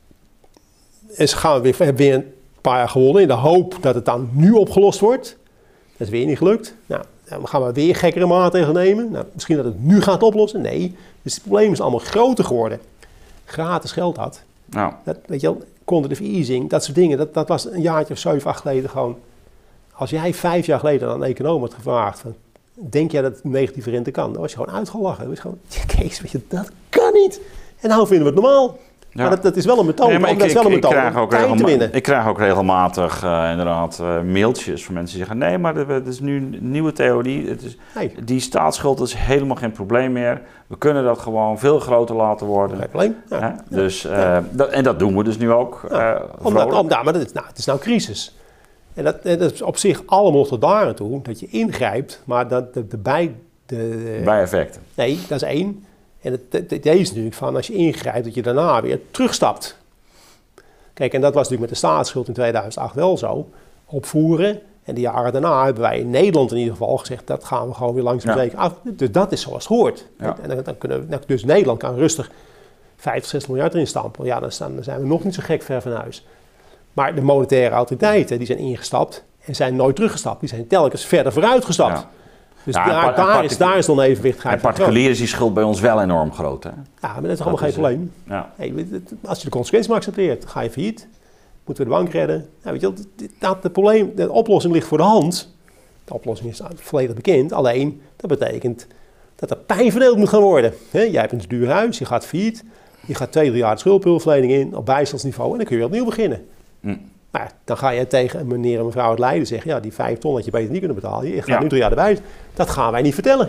En ze gaan weer, hebben weer een paar jaar gewonnen in de hoop dat het dan nu opgelost wordt. Dat is weer niet gelukt. Nou, dan gaan we weer gekkere maatregelen nemen. Nou, misschien dat het nu gaat oplossen. Nee, dus het probleem is allemaal groter geworden. Gratis geld had. Nou. Dat, weet je wel, quantitative easing, dat soort dingen. Dat, dat was een jaartje of zeven, acht geleden gewoon. Als jij vijf jaar geleden aan een econoom had gevraagd van, denk jij dat negatieve rente kan? Dan was je gewoon uitgelachen. Dan was je gewoon, ja, Kees, weet je, dat kan niet. En nou vinden we het normaal. Ja. Maar dat, dat is wel een methode, nee, maar ik, dat is wel een methode ik, ik om tijd te winnen. Ik krijg ook regelmatig uh, inderdaad uh, mailtjes van mensen die zeggen, nee, maar het is nu een nieuwe theorie. Het is, nee. Die staatsschuld is helemaal geen probleem meer. We kunnen dat gewoon veel groter laten worden. Geen probleem. Ja. Ja, dus, uh, ja. dat, en dat doen we dus nu ook. Ja. Uh, Omdat, om, nou, maar dat is, nou, het is nou crisis. En dat, dat is op zich allemaal tot daar aan toe, dat je ingrijpt, maar dat de, de, bij, de, de bijeffecten. Nee, dat is één. En het, het, het is natuurlijk van als je ingrijpt dat je daarna weer terugstapt. Kijk, en dat was natuurlijk met de staatsschuld in tweeduizend acht wel zo. Opvoeren. En de jaren daarna hebben wij in Nederland in ieder geval gezegd, dat gaan we gewoon weer langzaam zeker af. Dus dat is zoals het hoort. Ja. En dan kunnen we, dus Nederland kan rustig vijftig, zestig miljard erin stampen. Ja, dan, staan, dan zijn we nog niet zo gek ver van huis. Maar de monetaire autoriteiten die zijn ingestapt en zijn nooit teruggestapt. Die zijn telkens verder vooruit gestapt. Ja. Dus ja, daar, daar, is, daar is dan evenwichtigheid. En particulier is die schuld bij ons wel enorm groot. Hè? Ja, maar dat is allemaal dat geen is, probleem. Ja. Hey, als je de consequenties maar accepteert, ga je failliet. Moeten we de bank redden. Nou, weet je, dat, dat, de, probleem, de oplossing ligt voor de hand. De oplossing is volledig bekend. Alleen, dat betekent dat er pijn verdeeld moet gaan worden. He, jij hebt een duur huis, je gaat failliet. Je gaat twee, drie jaar de schuldhulpverlening in op bijstandsniveau. En dan kun je weer opnieuw beginnen. Hm. Nou, dan ga je tegen een meneer en mevrouw uit Leiden zeggen, ja, die vijf ton had je beter niet kunnen betalen. Je gaat ja. nu drie jaar erbij. Dat gaan wij niet vertellen.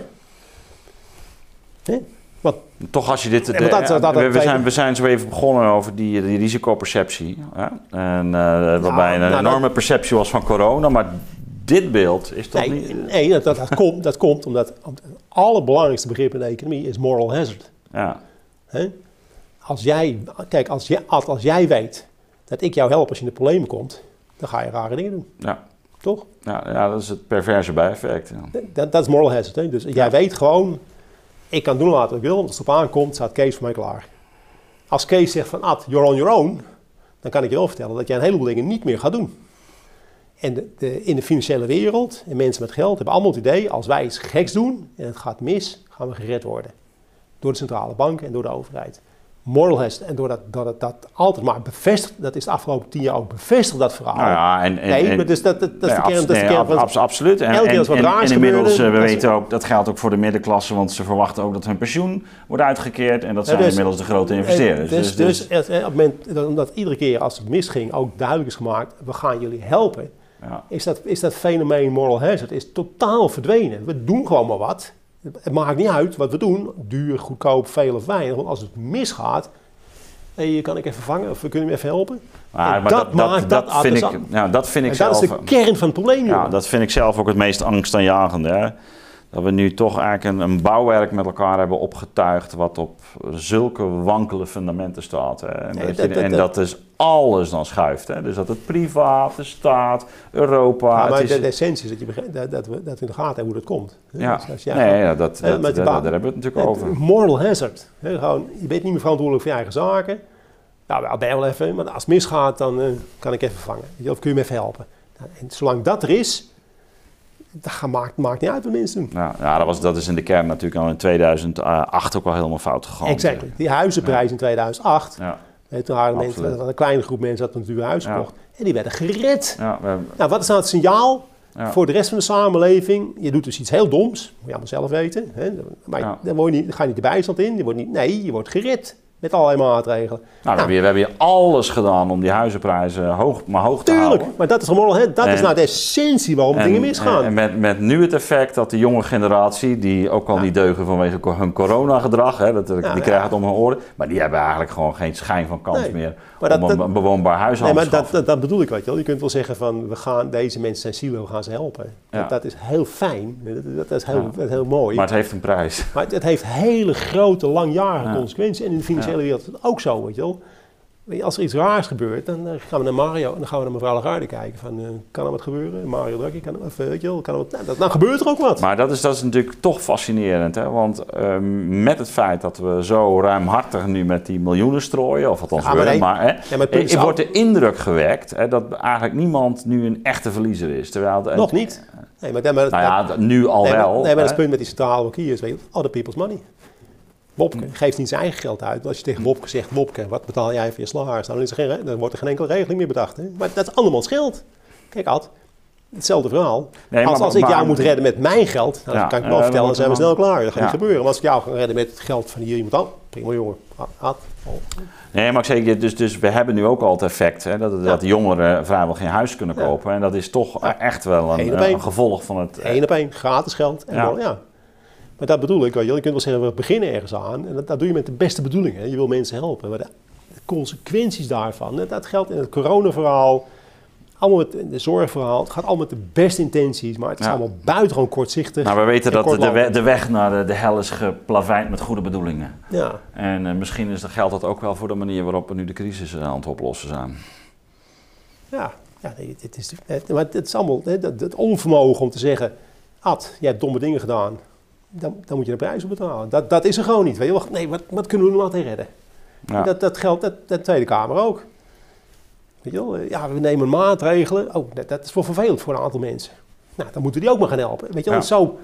Hè? Want, toch als je dit... De, dat, dat, dat, dat, we, we, zijn, we zijn zo even begonnen over die, die risicoperceptie. Hè? En, uh, waarbij ja, een nou, enorme dat, perceptie was van corona. Maar dit beeld is toch nee, niet... Nee, dat, dat, dat, komt, dat komt omdat het allerbelangrijkste begrip in de economie is moral hazard. Ja. Hè? Als jij, kijk, als jij, als jij weet dat ik jou help als je in de problemen komt, dan ga je rare dingen doen. Ja. Toch? Ja, ja, dat is het perverse bijeffect. Ja. Dat, dat is moral hazard. Hè? Dus ja. jij weet gewoon, ik kan doen wat ik wil, als het op aankomt, staat Kees voor mij klaar. Als Kees zegt van, Ad, you're on your own, dan kan ik je wel vertellen dat jij een heleboel dingen niet meer gaat doen. En de, de, in de financiële wereld, en mensen met geld, hebben allemaal het idee, als wij iets geks doen en het gaat mis, gaan we gered worden. Door de centrale bank en door de overheid. Moral hazard. En doordat dat het dat altijd maar bevestigt, dat is de afgelopen tien jaar ook bevestigd, dat verhaal. Nou ja, en, en, nee, en, dus dat, dat, dat is de kern. Dat is de kern van, absoluut. En, elke keer als wat raars en, en inmiddels, gebeurde, we weten ook, dat geldt ook voor de middenklasse, want ze verwachten ook dat hun pensioen wordt uitgekeerd. En dat zijn ja, dus, inmiddels de grote investeerders. Dus, dus, dus, dus op het moment, omdat iedere keer als het misging ook duidelijk is gemaakt, we gaan jullie helpen, ja. is, dat, is dat fenomeen moral hazard is totaal verdwenen. We doen gewoon maar wat. Het maakt niet uit wat we doen, duur, goedkoop, veel of weinig. Want als het misgaat, hey, kan ik even vangen of we kunnen hem even helpen? Maar, maar dat, dat, maakt dat, dat, vind ik, ja, dat vind ik en zelf... Dat is de kern van het probleem. Ja, dat vind ik zelf ook het meest angstaanjagende. Hè? Dat we nu toch eigenlijk een, een bouwwerk met elkaar hebben opgetuigd wat op zulke wankele fundamenten staat. Hè? En, nee, dat, dat, je, en dat, dat dus alles dan schuift. Hè? Dus dat het privaat, de staat, Europa... Ja, maar het is, de, de essentie is dat, je begrijpt, dat, dat, we, dat we in de gaten hebben hoe dat komt. Ja, dus ja, nee, ja, dat, dat, dat, daar hebben we het natuurlijk over. Moral hazard. Hè? Gewoon, je bent niet meer verantwoordelijk voor je eigen zaken. Nou, wel ben je wel even, maar als het misgaat, dan uh, kan ik even vangen. Of kun je me even helpen. Nou, en zolang dat er is... Dat maakt, maakt niet uit wat mensen doen. Nou, ja, dat, was, dat is in de kern natuurlijk al in tweeduizend acht ook wel helemaal fout gegaan. Exact. Die huizenprijs ja. in tweeduizend acht. Ja. Toen hadden mensen, een kleine groep mensen had een duur huis gekocht. Ja. En die werden gered. Ja, we hebben... Nou, wat is nou het signaal ja. voor de rest van de samenleving? Je doet dus iets heel doms. Moet je allemaal zelf weten. Hè? Maar ja. dan, word je niet, dan ga je niet de bijstand in. Je wordt niet, nee, je wordt gered. Met allerlei maatregelen. Nou, we, hebben hier, we hebben hier alles gedaan om die huizenprijzen hoog, maar hoog te Tuurlijk, houden. maar dat is gewoon, hè, dat en, is nou de essentie waarom en, dingen misgaan. En met, met nu het effect dat de jonge generatie, die ook al ja. niet deugen vanwege hun coronagedrag, hè, dat, die ja, krijgen ja. het om hun oren, maar die hebben eigenlijk gewoon geen schijn van kans nee, meer maar om dat, een, dat, een bewoonbaar huis aan nee, te maar schaffen. dat, dat, dat bedoel ik, weet je wel. Je kunt wel zeggen van, we gaan, deze mensen zijn zielig, we gaan ze helpen. Ja. Dat, dat is heel fijn, dat, dat is heel, Ja. dat is heel mooi. Maar het heeft een prijs. Maar het, het heeft hele grote, langjarige Ja. consequenties. En in de financiële Ja. wereld is het ook zo, weet je wel. Weet je, als er iets raars gebeurt, dan uh, gaan we naar Mario en dan gaan we naar mevrouw Lagarde kijken. Van, uh, kan er wat gebeuren? Mario Draghi, kan er, of, weet je wel, kan er wat? Nou, dat, dan gebeurt er ook wat. Maar dat is, dat is natuurlijk toch fascinerend. Hè? Want um, met het feit dat we zo ruimhartig nu met die miljoenen strooien, of althans Ja, maar willen, nee, maar, hè, ja, maar het punt is er ook- wordt de indruk gewekt hè, dat eigenlijk niemand nu een echte verliezer is. Terwijl de, Nog niet. Nee, maar, dat- maar, Nou ja, dat- nu al nee, maar, wel. nee, maar dat is hè. het punt met die centrale bankiers. Weet je, other people's money. Wopke geeft niet zijn eigen geld uit. Als je tegen Wopke zegt, Wopke, wat betaal jij voor je salaris? Nou, dan, is er geen, dan wordt er geen enkele regeling meer bedacht. Hè? Maar dat is andermans geld. Kijk, Ad, hetzelfde verhaal. Nee, als maar- als ik jou maar- moet redden met mijn geld, nou, Ja, dan kan ik ja, wel dan vertellen, dan zijn we wordt snel het klaar. Dat gaat ja. niet gebeuren. Maar als ik jou ga redden met het geld van hier iemand aan, prima jongen. Ad, oh. Nee, maar ik zeg je, dus, dus we hebben nu ook al het effect hè, dat, dat Ja. jongeren vrijwel geen huis kunnen Ja. kopen. En dat is toch Ja. echt wel Eén een, op één. een gevolg van het... Eén op één, gratis geld. En Ja. ja. ja. Maar dat bedoel ik, weet je, wel. Je kunt wel zeggen, we beginnen ergens aan. En dat, dat doe je met de beste bedoelingen. Hè. Je wil mensen helpen. Maar de, de consequenties daarvan, dat, dat geldt in het coronaverhaal, allemaal met de zorgverhaal. Het gaat allemaal met de beste intenties, maar het is Ja. allemaal buitengewoon kortzichtig. Nou, we weten en dat de, de, kortlopend. we- de weg naar de, de hel is geplaveid met goede bedoelingen. Ja. En uh, misschien is, geldt dat ook wel voor de manier waarop we nu de crisis uh, aan het oplossen zijn. Ja, ja nee, het, is, het, maar het is allemaal hè, het, het onvermogen om te zeggen, Ad, jij hebt domme dingen gedaan. Dan, dan moet je de prijs op betalen. Dat, dat is er gewoon niet. Weet je? Wacht, nee, wat, wat kunnen we nog tegen redden? Ja. Dat, dat geldt dat, dat Tweede Kamer ook. Weet je wel? Ja, we nemen maatregelen. Oh, dat, dat is wel vervelend voor een aantal mensen. Nou, dan moeten die ook maar gaan helpen. Weet je wel? Ja. Zo,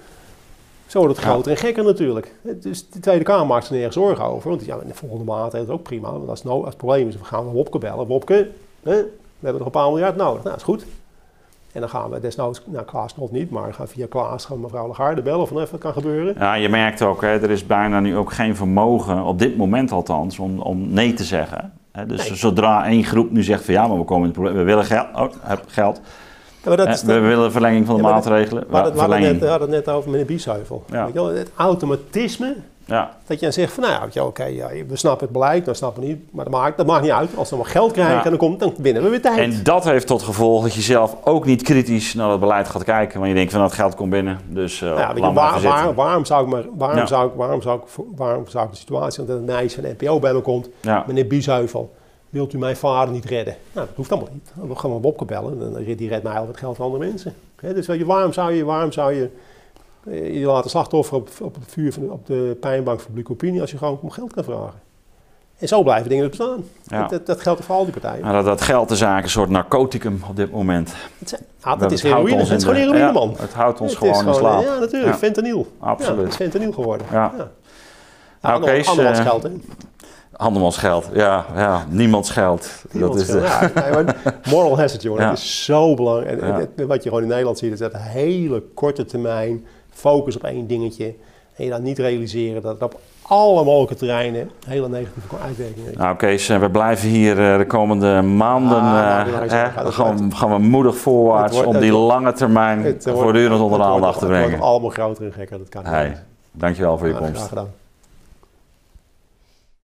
zo wordt het Ja. groter en gekker natuurlijk. Dus de Tweede Kamer maakt zich nergens zorgen over. Want ja, de volgende maatregel is ook prima. Want als, nou, als het probleem is, we gaan naar Wopke bellen. Wopke, hè, we hebben nog een paar miljard nodig. Nou, dat is goed. En dan gaan we desnoods, nou Klaas Knot niet, maar gaan via Klaas gaan we mevrouw Lagarde bellen of er even wat kan gebeuren. Ja, je merkt ook, hè, er is bijna nu ook geen vermogen, op dit moment althans, om, om nee te zeggen. Hè, dus Nee. zodra één groep nu zegt van ja, maar we komen in het probleem, we willen geld, oh, heb geld. Ja, maar dat Hè, is we willen verlenging van de Ja, maar dat- maatregelen. We hadden, we hadden verlenging. net, we hadden het net over meneer Biesheuvel. Ja. Weet je wel, het automatisme, Ja. dat je dan zegt van nou ja, weet je wel, oké, ja, we snappen het beleid, we snappen niet, maar dat maakt, dat maakt niet uit. Als we maar geld krijgen Ja. en dan, komt, dan winnen we weer tijd. En dat heeft tot gevolg dat je zelf ook niet kritisch naar het beleid gaat kijken. Want je denkt van dat geld komt binnen, dus uh, Nou ja, weet je, laat maar waar, even zitten. waar, waarom zou ik maar, waarom Ja. zou ik, waarom zou ik, waarom zou ik de situatie dat een meisje van de N P O bij me komt, Ja. meneer Biesheuvel, wilt u mijn vader niet redden? Nou, dat hoeft allemaal niet. Dan gaan we Wopke bellen, dan, die redt mij al wat geld van andere mensen. He, dus weet je, waarom zou je, waarom zou je eh, je laten slachtoffer op, op het vuur van de, op de pijnbank van publieke opinie als je gewoon om geld kan vragen? En zo blijven dingen bestaan. Ja. Dat, dat, dat geldt voor al die partijen. Nou, dat, dat geld is eigenlijk een soort narcoticum op dit moment. Het, zijn, ah, dat Het is houdt heroïne. ons Het is in gewoon de- heroïne, ja, man. Het houdt ons Het gewoon is in slaap. Ja, natuurlijk. Ja. Fentanyl. Absoluut. Ja, het is fentanyl geworden. Ja. Ja. Nou, Nou, Kees, andermans eh, geld, hè? Andermans geld, ja, ja, niemands geld. Niemand dat is wil- de, ja, nee, maar moral hazard, jongen. Ja. Dat is zo belangrijk. En Ja. het- het- wat je gewoon in Nederland ziet, is dat een hele korte termijn focus op één dingetje. En je dan niet realiseren dat het op alle mogelijke terreinen hele negatieve uitwerkingen heeft. Nou Kees, eh, we blijven hier eh, de komende maanden, Ah, nou, eh, doe maar eens hè, aan. Gaat het gaan, gaan we moedig voorwaarts Het wordt- om het die wordt- lange termijn Het wordt- voortdurend onder de het wordt- aandacht te Het brengen. wordt allemaal groter en gekker, dat kan niet. Hey, dankjewel voor je Ja, komst. graag gedaan.